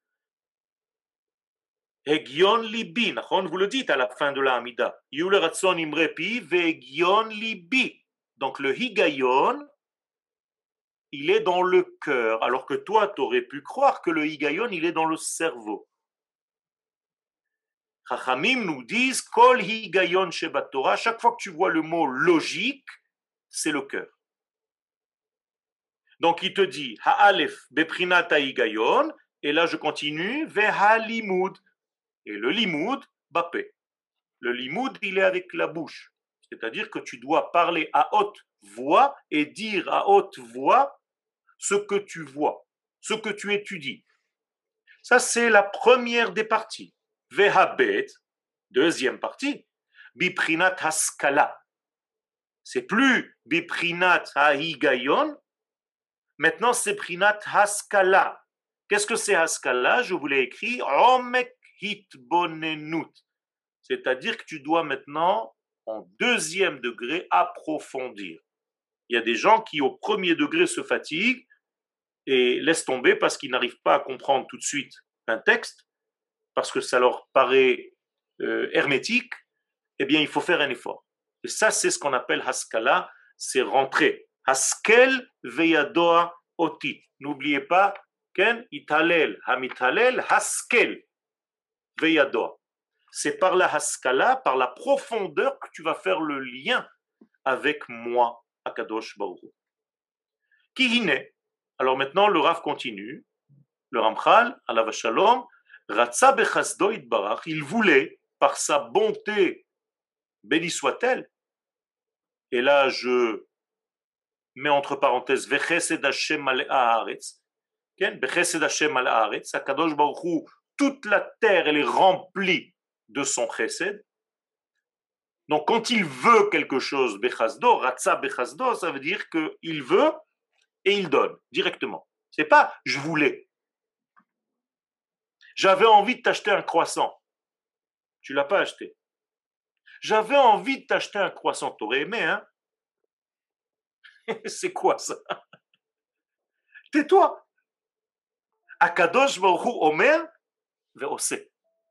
Hegion libi, vous le dites à la fin de la Hamida. Yule ratson imrepi vegion libi. Donc le higayon, il est dans le cœur, alors que toi, tu aurais pu croire que le higayon, il est dans le cerveau. Chachamim nous disent Kol higayon shebatora. Chaque fois que tu vois le mot logique, c'est le cœur. Donc il te dit Ha'alef beprinat higayon, et là je continue Veha limud. Et le limoud, bapé. Le limoud, il est avec la bouche. C'est-à-dire que tu dois parler à haute voix et dire à haute voix ce que tu vois, ce que tu étudies. Ça, c'est la première des parties. Vehabet, deuxième partie, biprinat haskala. C'est plus biprinat hahigayon, maintenant c'est prinat haskala. Qu'est-ce que c'est haskala? Je vous l'ai écrit, omek hitbonenut. C'est-à-dire que tu dois maintenant, en deuxième degré, approfondir. Il y a des gens qui, au premier degré, se fatiguent et laissent tomber parce qu'ils n'arrivent pas à comprendre tout de suite un texte, parce que ça leur paraît hermétique. Eh bien, il faut faire un effort. Et ça, c'est ce qu'on appelle haskala, c'est rentrer. Haskel veyadoa oti. N'oubliez pas, ken italel, hamitalel, haskel veyadoa. C'est par la haskala, par la profondeur que tu vas faire le lien avec moi, Akadosh Baruch Hu. Kihine. Alors maintenant, le Rav continue. Le Ramchal, alav shalom, ratza bechasdo itbarach, il voulait, par sa bonté, béni soit-elle, et là je mets entre parenthèses, vechesed Hashem al haaretz, vechesed Hashem al haaretz, Akadosh Baruch Hu, toute la terre, elle est remplie de son chesed. Donc, quand il veut quelque chose, bechasdo, ratza bechasdo, ça veut dire qu'il veut et il donne directement. C'est pas je voulais. J'avais envie de t'acheter un croissant. Tu l'as pas acheté. J'avais envie de t'acheter un croissant. T'aurais aimé, hein? C'est quoi ça? Tais-toi. Akadosh Baruch Hu omer ve'oseh.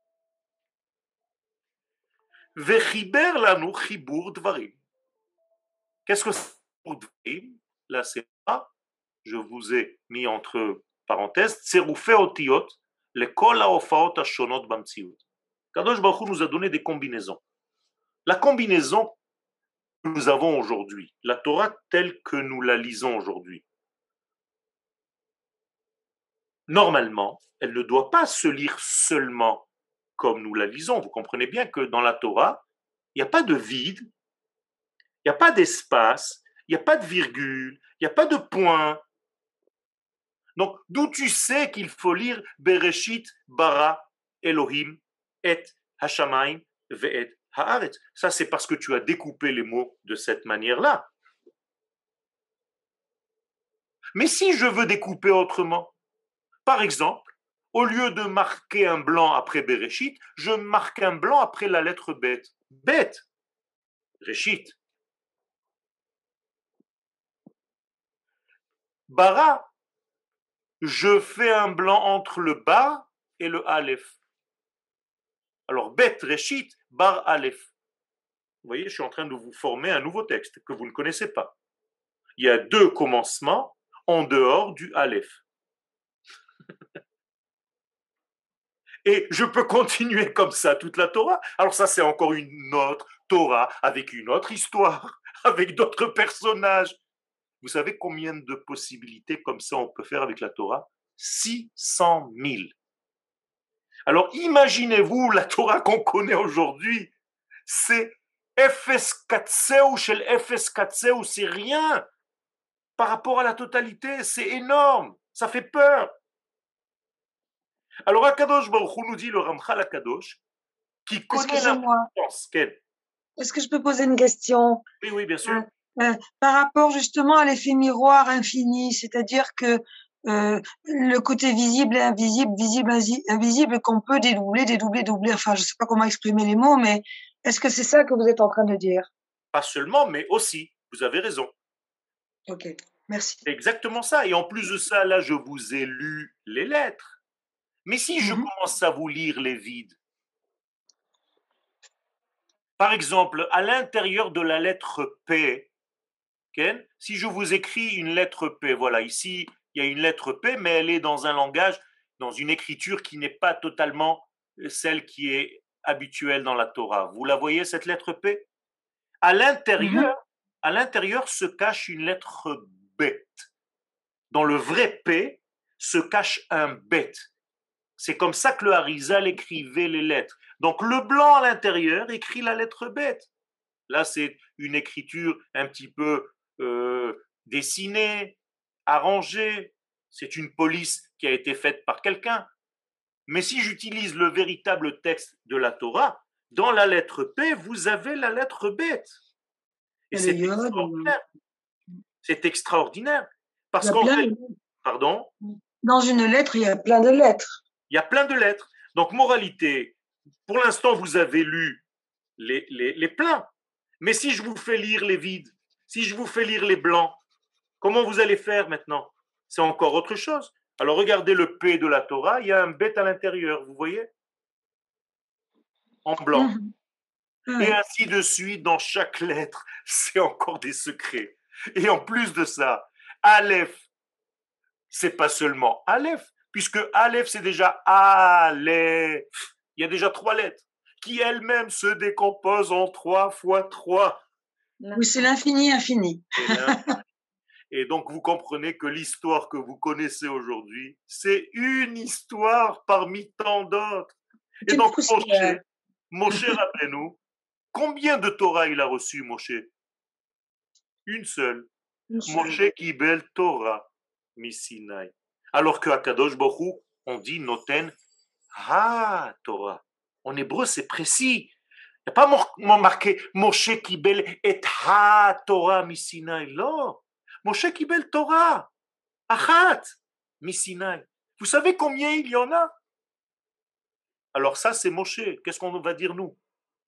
Vechiber lanu chibur dvarim. Qu'est-ce que c'est pour dvarim? Là, c'est pas. Je vous ai mis entre parenthèses. Tserufei otiyot lekol haofaot hashonot bamtsiut. Kadosh Baruch Hu nous a donné des combinaisons. La combinaison que nous avons aujourd'hui, la Torah telle que nous la lisons aujourd'hui, normalement, elle ne doit pas se lire seulement comme nous la lisons. Vous comprenez bien que dans la Torah, il n'y a pas de vide, il n'y a pas d'espace, il n'y a pas de virgule, il n'y a pas de point. Donc, d'où tu sais qu'il faut lire Bereshit bara Elohim et Hashamayim ve'et haaretz. Ça, c'est parce que tu as découpé les mots de cette manière-là. Mais si je veux découper autrement, par exemple, au lieu de marquer un blanc après Bereshit, je marque un blanc après la lettre Bet. Bet. Reshit. Bara. Je fais un blanc entre le bar et le aleph. Alors, Bet, Reshit, bar, aleph. Vous voyez, je suis en train de vous former un nouveau texte que vous ne connaissez pas. Il y a deux commencements en dehors du aleph. Et je peux continuer comme ça toute la Torah. Alors ça, c'est encore une autre Torah avec une autre histoire, avec d'autres personnages. Vous savez combien de possibilités comme ça on peut faire avec la Torah? 600 000. Alors imaginez-vous la Torah qu'on connaît aujourd'hui. C'est Efes Katseu shel Efes Katseu, c'est rien par rapport à la totalité. C'est énorme. Ça fait peur. Alors, Akadosh Baruch Hu nous dit le Ramchal Akadosh, qui connaît l'importance. Est-ce que je peux poser une question? Oui, oui, bien sûr. Par rapport justement à l'effet miroir infini, c'est-à-dire que le côté visible et invisible, visible, invisible, qu'on peut dédoubler, enfin, je ne sais pas comment exprimer les mots, mais Est-ce que c'est ça que vous êtes en train de dire? Pas seulement, mais aussi. Vous avez raison. Ok, merci. C'est exactement ça. Et en plus de ça, là, je vous ai lu les lettres. Mais si je commence à vous lire les vides, par exemple, à l'intérieur de la lettre P, Ken, si je vous écris une lettre P, voilà, ici, il y a une lettre P, mais elle est dans un langage, dans une écriture qui n'est pas totalement celle qui est habituelle dans la Torah. Vous la voyez, cette lettre P? À l'intérieur se cache une lettre Bet. Dans le vrai P se cache un Bet. C'est comme ça que le Harizal écrivait les lettres. Donc le blanc à l'intérieur écrit la lettre Bet. Là, c'est une écriture un petit peu dessinée, arrangée. C'est une police qui a été faite par quelqu'un. Mais si j'utilise le véritable texte de la Torah, dans la lettre P, vous avez la lettre Bet. Et c'est extraordinaire. C'est extraordinaire. Parce qu'en fait, pardon? Dans une lettre, il y a plein de lettres. Il y a plein de lettres. Donc, moralité, pour l'instant, vous avez lu les pleins. Mais si je vous fais lire les vides, si je vous fais lire les blancs, comment vous allez faire maintenant? C'est encore autre chose. Alors, regardez le P de la Torah, il y a un bet à l'intérieur, vous voyez? En blanc. Et ainsi de suite, dans chaque lettre, c'est encore des secrets. Et en plus de ça, Aleph, c'est pas seulement Aleph, puisque Aleph, c'est déjà Aleph. Il y a déjà 3 lettres qui elles-mêmes se décomposent en 3 fois 3. Oui, c'est l'infini infini. Et donc, vous comprenez que l'histoire que vous connaissez aujourd'hui, c'est une histoire parmi tant d'autres. Et donc, Moshe, rappelez-nous, combien de Torah il a reçu, Moshe? Une seule. Moshe Kibel Torah Misinaï. Alors que à Kadosh Baruch Hu, on dit Noten Ha Torah. En hébreu, c'est précis. Il n'y a pas marqué Moshe Kibel et Ha Torah Misinaï. Non. Moshe Kibel Torah. Achat Misinaï. Vous savez combien il y en a? Alors ça, c'est Moshe. Qu'est-ce qu'on va dire nous?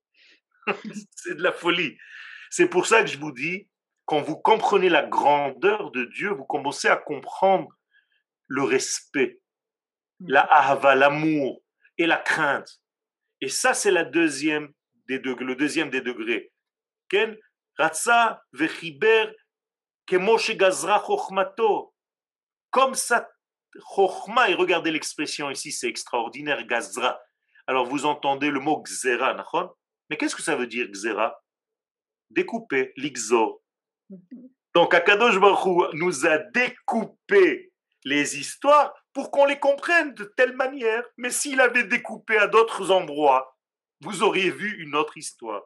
C'est de la folie. C'est pour ça que je vous dis, quand vous comprenez la grandeur de Dieu, vous commencez à comprendre le respect, la ahava, l'amour et la crainte. Et ça, c'est le deuxième des degrés. Ken ratza vechiber kemoshe gazra chokhmato. Comme ça, chokhma, et regardez l'expression ici, c'est extraordinaire, gazra. Alors vous entendez le mot gzera, nachon? Mais qu'est-ce que ça veut dire gzera? Découper, l'ixor. Donc Akadosh Baruch Hu nous a découpé les histoires pour qu'on les comprenne de telle manière. Mais s'il avait découpé à d'autres endroits, vous auriez vu une autre histoire.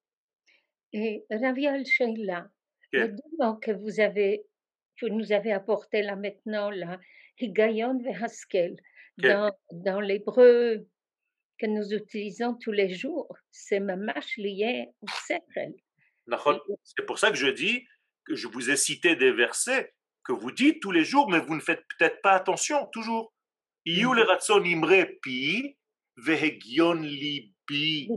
Et Ravi Al-Sheila, les deux mots que vous nous avez apportés là maintenant, là, Higayon et Haskel, dans l'hébreu que nous utilisons tous les jours, c'est mamash lié au sechel. C'est pour ça que je dis que je vous ai cité des versets que vous dites tous les jours, mais vous ne faites peut-être pas attention toujours. Iyu le ratson imre pi vehegion libi.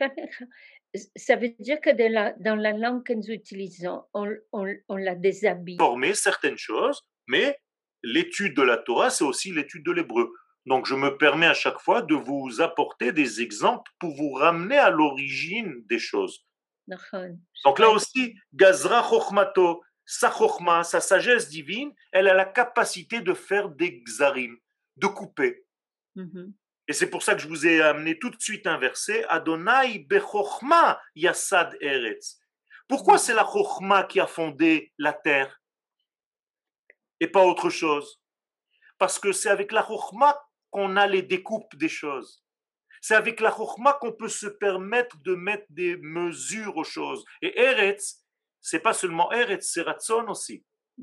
Ça veut dire que dans la langue que nous utilisons, on la déshabille. Former certaines choses, mais l'étude de la Torah, c'est aussi l'étude de l'hébreu. Donc je me permets à chaque fois de vous apporter des exemples pour vous ramener à l'origine des choses. Donc là aussi, Gazra Chokhmato, sa Chokhma, sa sagesse divine, elle a la capacité de faire des Gzarim, de couper. Et c'est pour ça que je vous ai amené tout de suite un verset, Adonai Bechokhma Yassad Eretz. Pourquoi c'est la Chokhma qui a fondé la terre et pas autre chose? Parce que c'est avec la Chokhma qu'on a les découpes des choses. C'est avec la Chokhma qu'on peut se permettre de mettre des mesures aux choses. Et Eretz, c'est pas seulement Eretz, c'est Ratzon aussi.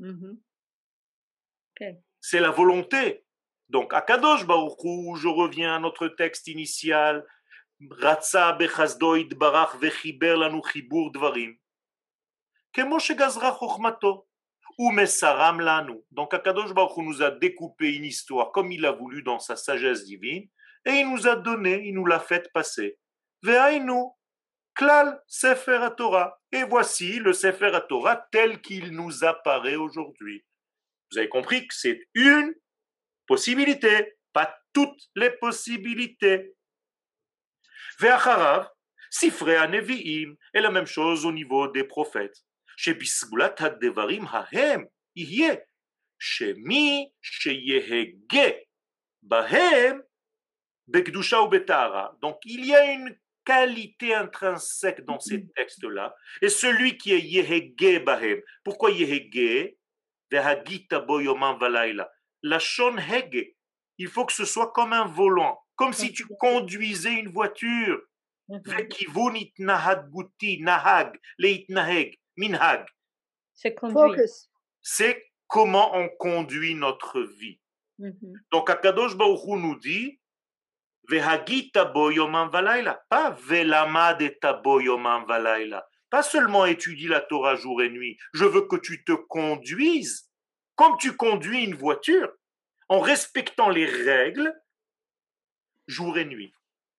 C'est la volonté. Donc, à Kadosh Baruch Hu, je reviens à notre texte initial, Ratza bechazdo idbarach vechiber lanu chibur dvarim. Kemo shegazra chokhmato. Ou mesaram lanu. Donc, Akadosh Baruch Hu nous a découpé une histoire comme il a voulu dans sa sagesse divine. Et il nous a donné, il nous l'a fait passer. Ve'ainu, Klal Sefer Torah. Et voici le Sefer Torah tel qu'il nous apparaît aujourd'hui. Vous avez compris que c'est une possibilité, pas toutes les possibilités. Ve'acharav, Sifrei HaNevi'im, et la même chose au niveau des prophètes. Shebisgulat hadevarim hahem yeh, shemi sheyehege bahem bekdusha ou betara. Donc il y a une qualité intrinsèque dans ces textes-là. Et celui qui est yehege bahem, pourquoi yehege? Vehagita bo yomam valayla. La shon hege, il faut que ce soit comme un volant, comme si tu conduisais une voiture. Vekivunit nahag guti nahag leitnaheg minhag. C'est conduit. Focus. C'est comment on conduit notre vie. Donc Akadosh Baruch Hu nous dit Vehagita bo yomam valayla, pas velamadeta bo yomam valayla. Pas seulement étudier la Torah jour et nuit. Je veux que tu te conduises comme tu conduis une voiture, en respectant les règles jour et nuit.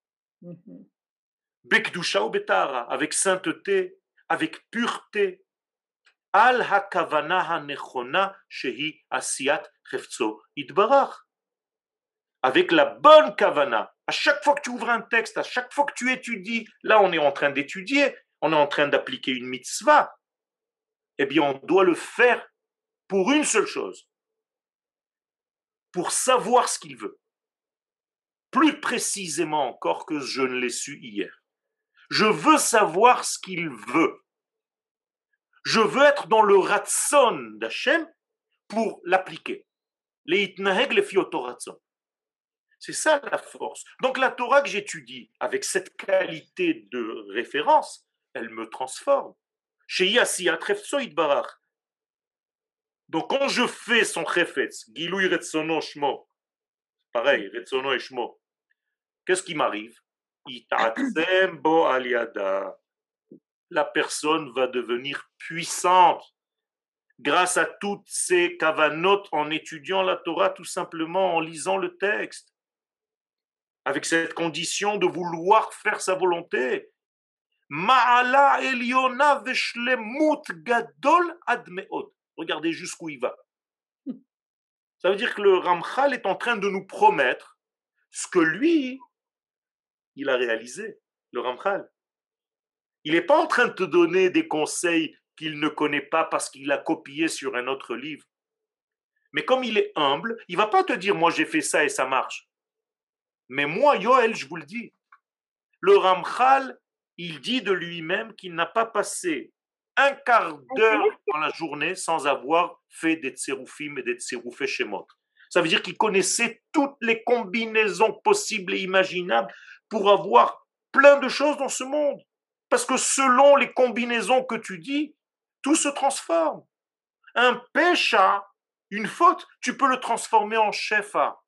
Bekdusha ou betara, avec sainteté, avec pureté. Al hakavana hanechona shehi asiyat chefzo itbarach. Avec la bonne kavana. À chaque fois que tu ouvres un texte, à chaque fois que tu étudies, là on est en train d'étudier, on est en train d'appliquer une mitzvah, eh bien on doit le faire pour une seule chose, pour savoir ce qu'il veut. Plus précisément encore que je ne l'ai su hier. Je veux savoir ce qu'il veut. Je veux être dans le ratson d'Hachem pour l'appliquer. Leitnaheg lefi oto ratson. C'est ça la force. Donc la Torah que j'étudie avec cette qualité de référence, elle me transforme. Donc quand je fais son chefetz, Gilui Retsono Shmo, pareil, Retsono et Shmo, qu'est-ce qui m'arrive? Bo aliada. La personne va devenir puissante grâce à toutes ces kavanot en étudiant la Torah, tout simplement en lisant le texte, avec cette condition de vouloir faire sa volonté. Ma'ala Eliona veshlemut gadol ad me'od. Regardez jusqu'où il va. Ça veut dire que le Ramchal est en train de nous promettre ce que lui, il a réalisé, le Ramchal. Il n'est pas en train de te donner des conseils qu'il ne connaît pas parce qu'il a copié sur un autre livre. Mais comme il est humble, il ne va pas te dire, moi j'ai fait ça et ça marche. Mais moi, Yoel, je vous le dis, le Ramchal, il dit de lui-même qu'il n'a pas passé un quart d'heure dans la journée sans avoir fait des tséroufim et des tséroufé shemot. Ça veut dire qu'il connaissait toutes les combinaisons possibles et imaginables pour avoir plein de choses dans ce monde. Parce que selon les combinaisons que tu dis, tout se transforme. Un pécha, une faute, tu peux le transformer en shefa.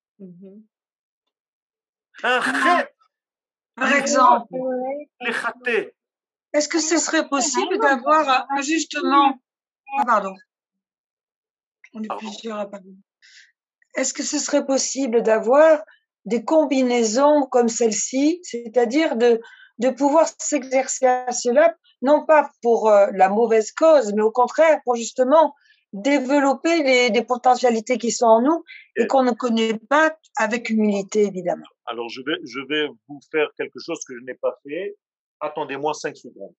Un chet, Par exemple, les chaté. est-ce que ce serait possible d'avoir un justement... Ah, pardon. On est plusieurs à parler. Est-ce que ce serait possible d'avoir des combinaisons comme celle-ci, c'est-à-dire de pouvoir s'exercer à cela, non pas pour la mauvaise cause, mais au contraire pour justement développer des potentialités qui sont en nous et qu'on ne connaît pas avec humilité, évidemment. Alors, je vais vous faire quelque chose que je n'ai pas fait. Attendez-moi 5 secondes.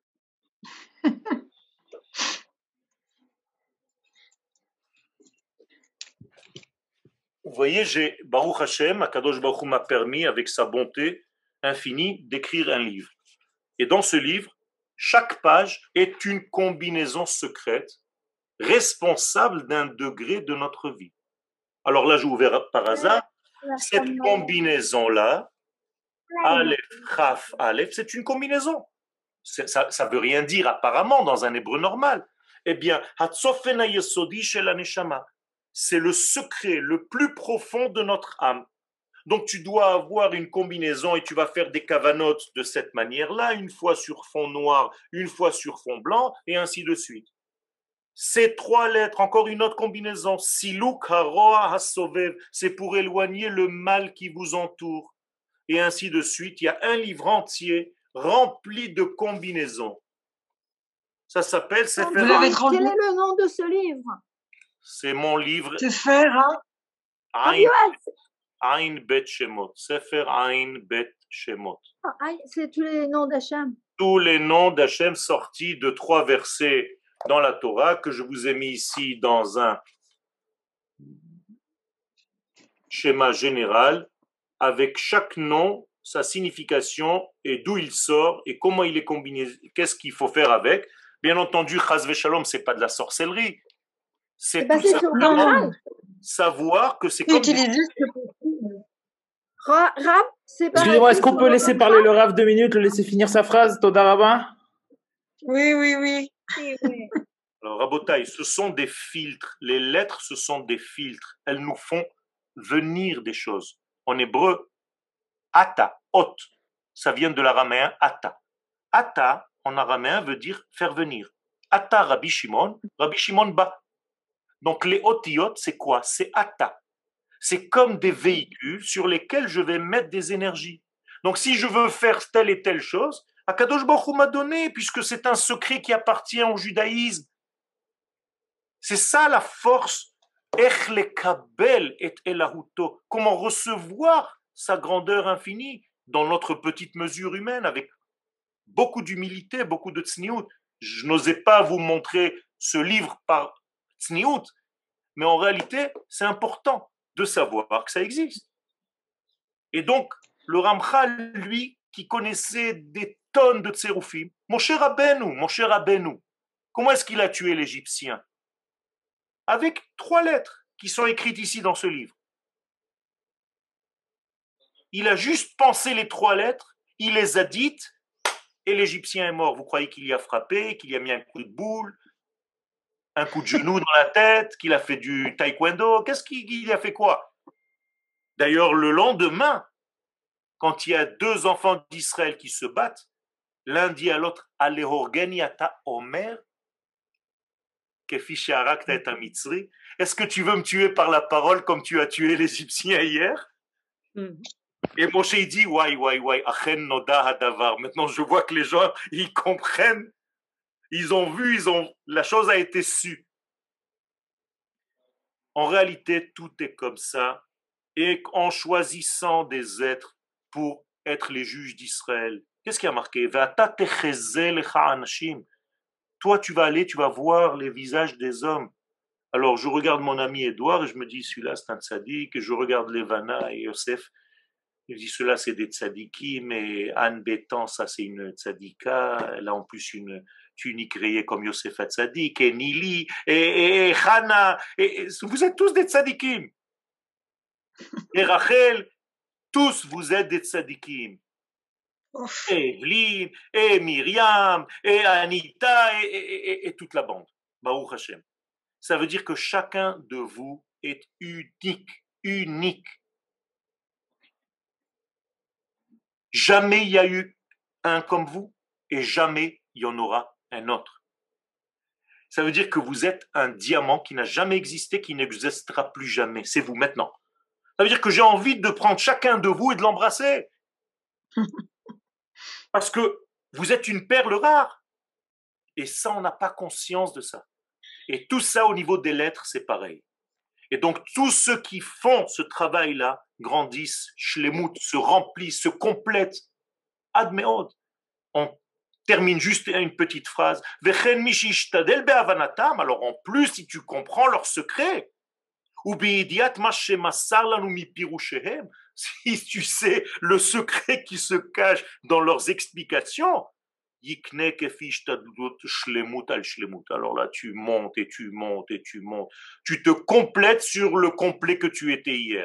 Vous voyez, Baruch Hashem, Akadosh Baruch Hu m'a permis, avec sa bonté infinie, d'écrire un livre. Et dans ce livre, chaque page est une combinaison secrète, responsable d'un degré de notre vie. Alors là, j'ai ouvert par hasard. Cette combinaison-là, Aleph, Chaf, Aleph, c'est une combinaison. Ça ne veut rien dire apparemment dans un hébreu normal. Eh bien, Hatzofen HaYesodi Shel HaNeshama, c'est le secret le plus profond de notre âme. Donc tu dois avoir une combinaison et tu vas faire des kavanotes de cette manière-là, une fois sur fond noir, une fois sur fond blanc, et ainsi de suite. Ces 3 lettres, encore une autre combinaison, Siluk Haroa Hasovev, c'est pour éloigner le mal qui vous entoure. Et ainsi de suite, il y a un livre entier rempli de combinaisons. Ça s'appelle Sefer Vous l'avez traduit? Quel est le nom de ce livre? C'est mon livre Sefer, hein? Ain Bet Shemot. Sefer Ain Bet Shemot. C'est tous les noms d'Hachem. Tous les noms d'Hachem sortis de 3 versets dans la Torah que je vous ai mis ici dans un schéma général avec chaque nom, sa signification et d'où il sort et comment il est combiné, qu'est-ce qu'il faut faire avec. Bien entendu, Chas Veshalom, c'est pas de la sorcellerie. C'est tout simplement savoir que c'est comme... Utiliser ce Rav, c'est pas... Excusez-moi, est-ce qu'on peut laisser parler le Rav 2 minutes, le laisser finir sa phrase, Toda Rabba? Oui, oui, oui. Alors, Rabotai, ce sont des filtres. Les lettres, ce sont des filtres. Elles nous font venir des choses. En hébreu, ata, hot, ça vient de l'araméen ata. Ata, en araméen, veut dire faire venir. Ata Rabbi Shimon ba. Donc les otiyot, c'est quoi? C'est ata. C'est comme des véhicules sur lesquels je vais mettre des énergies. Donc si je veux faire telle et telle chose, Akadosh Baruch Hu m'a donné, puisque c'est un secret qui appartient au judaïsme. C'est ça la force. Ech lekabel et elahuto. Comment recevoir sa grandeur infinie dans notre petite mesure humaine avec beaucoup d'humilité, beaucoup de tsniout. Je n'osais pas vous montrer ce livre par tsniout, mais en réalité, c'est important de savoir que ça existe. Et donc, le Ramchal, lui, qui connaissait des tonnes de tséroufim, mon cher Rabbeinu, comment est-ce qu'il a tué l'Égyptien? Avec 3 lettres qui sont écrites ici dans ce livre. Il a juste pensé les 3 lettres, il les a dites, et l'Égyptien est mort. Vous croyez qu'il y a frappé, qu'il y a mis un coup de boule, un coup de genou dans la tête, qu'il a fait du taekwondo? Qu'est-ce qu'il a fait quoi? D'ailleurs, le lendemain, quand il y a 2 enfants d'Israël qui se battent, l'un dit à l'autre, Alehorgeni ata omer, est-ce que tu veux me tuer par la parole comme tu as tué l'Égyptien hier? Et Moshe il dit, achen noda hadavar. Maintenant, je vois que les gens, ils comprennent, ils ont vu, la chose a été sue. En réalité, tout est comme ça. Et en choisissant des êtres pour être les juges d'Israël, qu'est-ce qui a marqué? Toi, tu vas aller, tu vas voir les visages des hommes. Alors, je regarde mon ami Edouard et je me dis, celui-là, c'est un tzaddik. Et je regarde Levana et Yosef. Je dis, ceux-là, c'est des tzaddikim. Mais Anne Bétan, ça, c'est une tzaddika. Elle a en plus une tunique rayée comme Yosef a tzaddik. Et Nili, et Hana. Vous êtes tous des tzaddikim. Et Rachel, tous, vous êtes des tzaddikim. Et Evelyne, et Myriam, et Anita, et toute la bande. Baruch Hashem. Ça veut dire que chacun de vous est unique. Jamais il y a eu un comme vous et jamais il y en aura un autre. Ça veut dire que vous êtes un diamant qui n'a jamais existé, qui n'existera plus jamais. C'est vous maintenant. Ça veut dire que j'ai envie de prendre chacun de vous et de l'embrasser. Parce que vous êtes une perle rare. Et ça, on n'a pas conscience de ça. Et tout ça, au niveau des lettres, c'est pareil. Et donc, tous ceux qui font ce travail-là grandissent, shlemut, se remplissent, se complètent. Admeod. On termine juste une petite phrase. Alors, en plus, si tu comprends leur secret, si tu sais le secret qui se cache dans leurs explications, alors là, tu montes et tu montes et tu montes. Tu te complètes sur le complet que tu étais hier.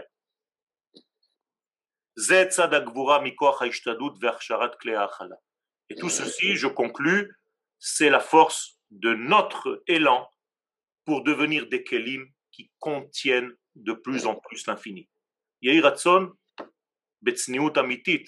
Et tout ceci, je conclus, c'est la force de notre élan pour devenir des kelim qui contiennent de plus en plus l'infini. Yehi Ratzon, betzniut amitit,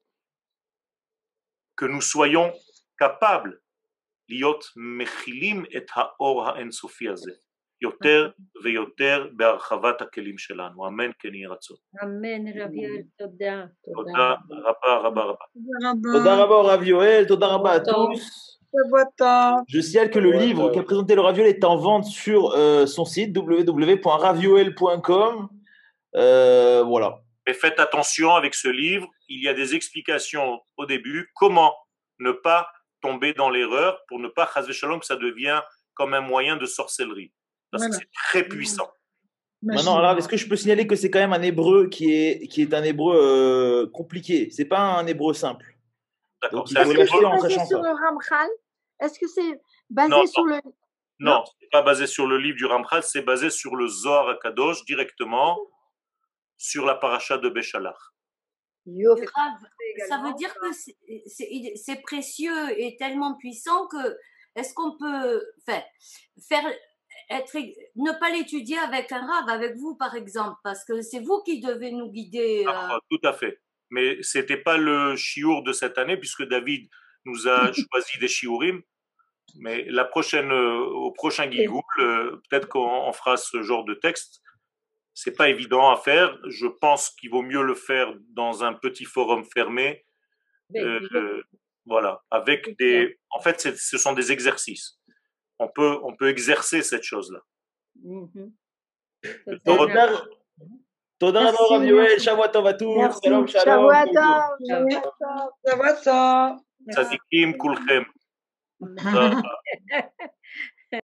que nous soyons capables liot mechilim et haor ha'ensofi hazeh, יותר ויותר בהרחבת הכלים שלנו. אמן כן יהי רצון. אמן, רב יואל, תודה. תודה רבה רבה רבה. Toda Rabba au Rav Yoel, Toda Rabba à tous. Je signale que le livre qu'a présenté le Rav Yoel est en vente sur son site www.ravyoel.com. Voilà. Et faites attention avec ce livre, il y a des explications au début, comment ne pas tomber dans l'erreur pour ne pas, chas v'shalom, que ça devient comme un moyen de sorcellerie. Parce que c'est très puissant. Maintenant, alors, est-ce que je peux signaler que c'est quand même un hébreu qui est un hébreu compliqué? C'est pas un hébreu simple. D'accord. Il faut l'acheter en sachant sur ça. le Ramchal? Est-ce que c'est basé sur le... Non, c'est pas basé sur le livre du Ramchal, c'est basé sur le Zohar HaKadosh directement sur la paracha de Béchalach. Ça veut dire que c'est précieux et tellement puissant que est-ce qu'on peut ne pas l'étudier avec un rav, avec vous par exemple, parce que c'est vous qui devez nous guider. Tout à fait. Mais c'était pas le shiur de cette année puisque David nous a choisi des shiurim. Mais la prochaine, au prochain Gigoul, peut-être qu'on fera ce genre de texte. C'est pas évident à faire. Je pense qu'il vaut mieux le faire dans un petit forum fermé. Voilà, avec des. En fait, ce sont des exercices. On peut exercer cette chose-là. Toda Rabba au Rav Yoel, Shavua Tov à tous. Shalom, shalom. Shavua Tov. Tzadikim kulchem.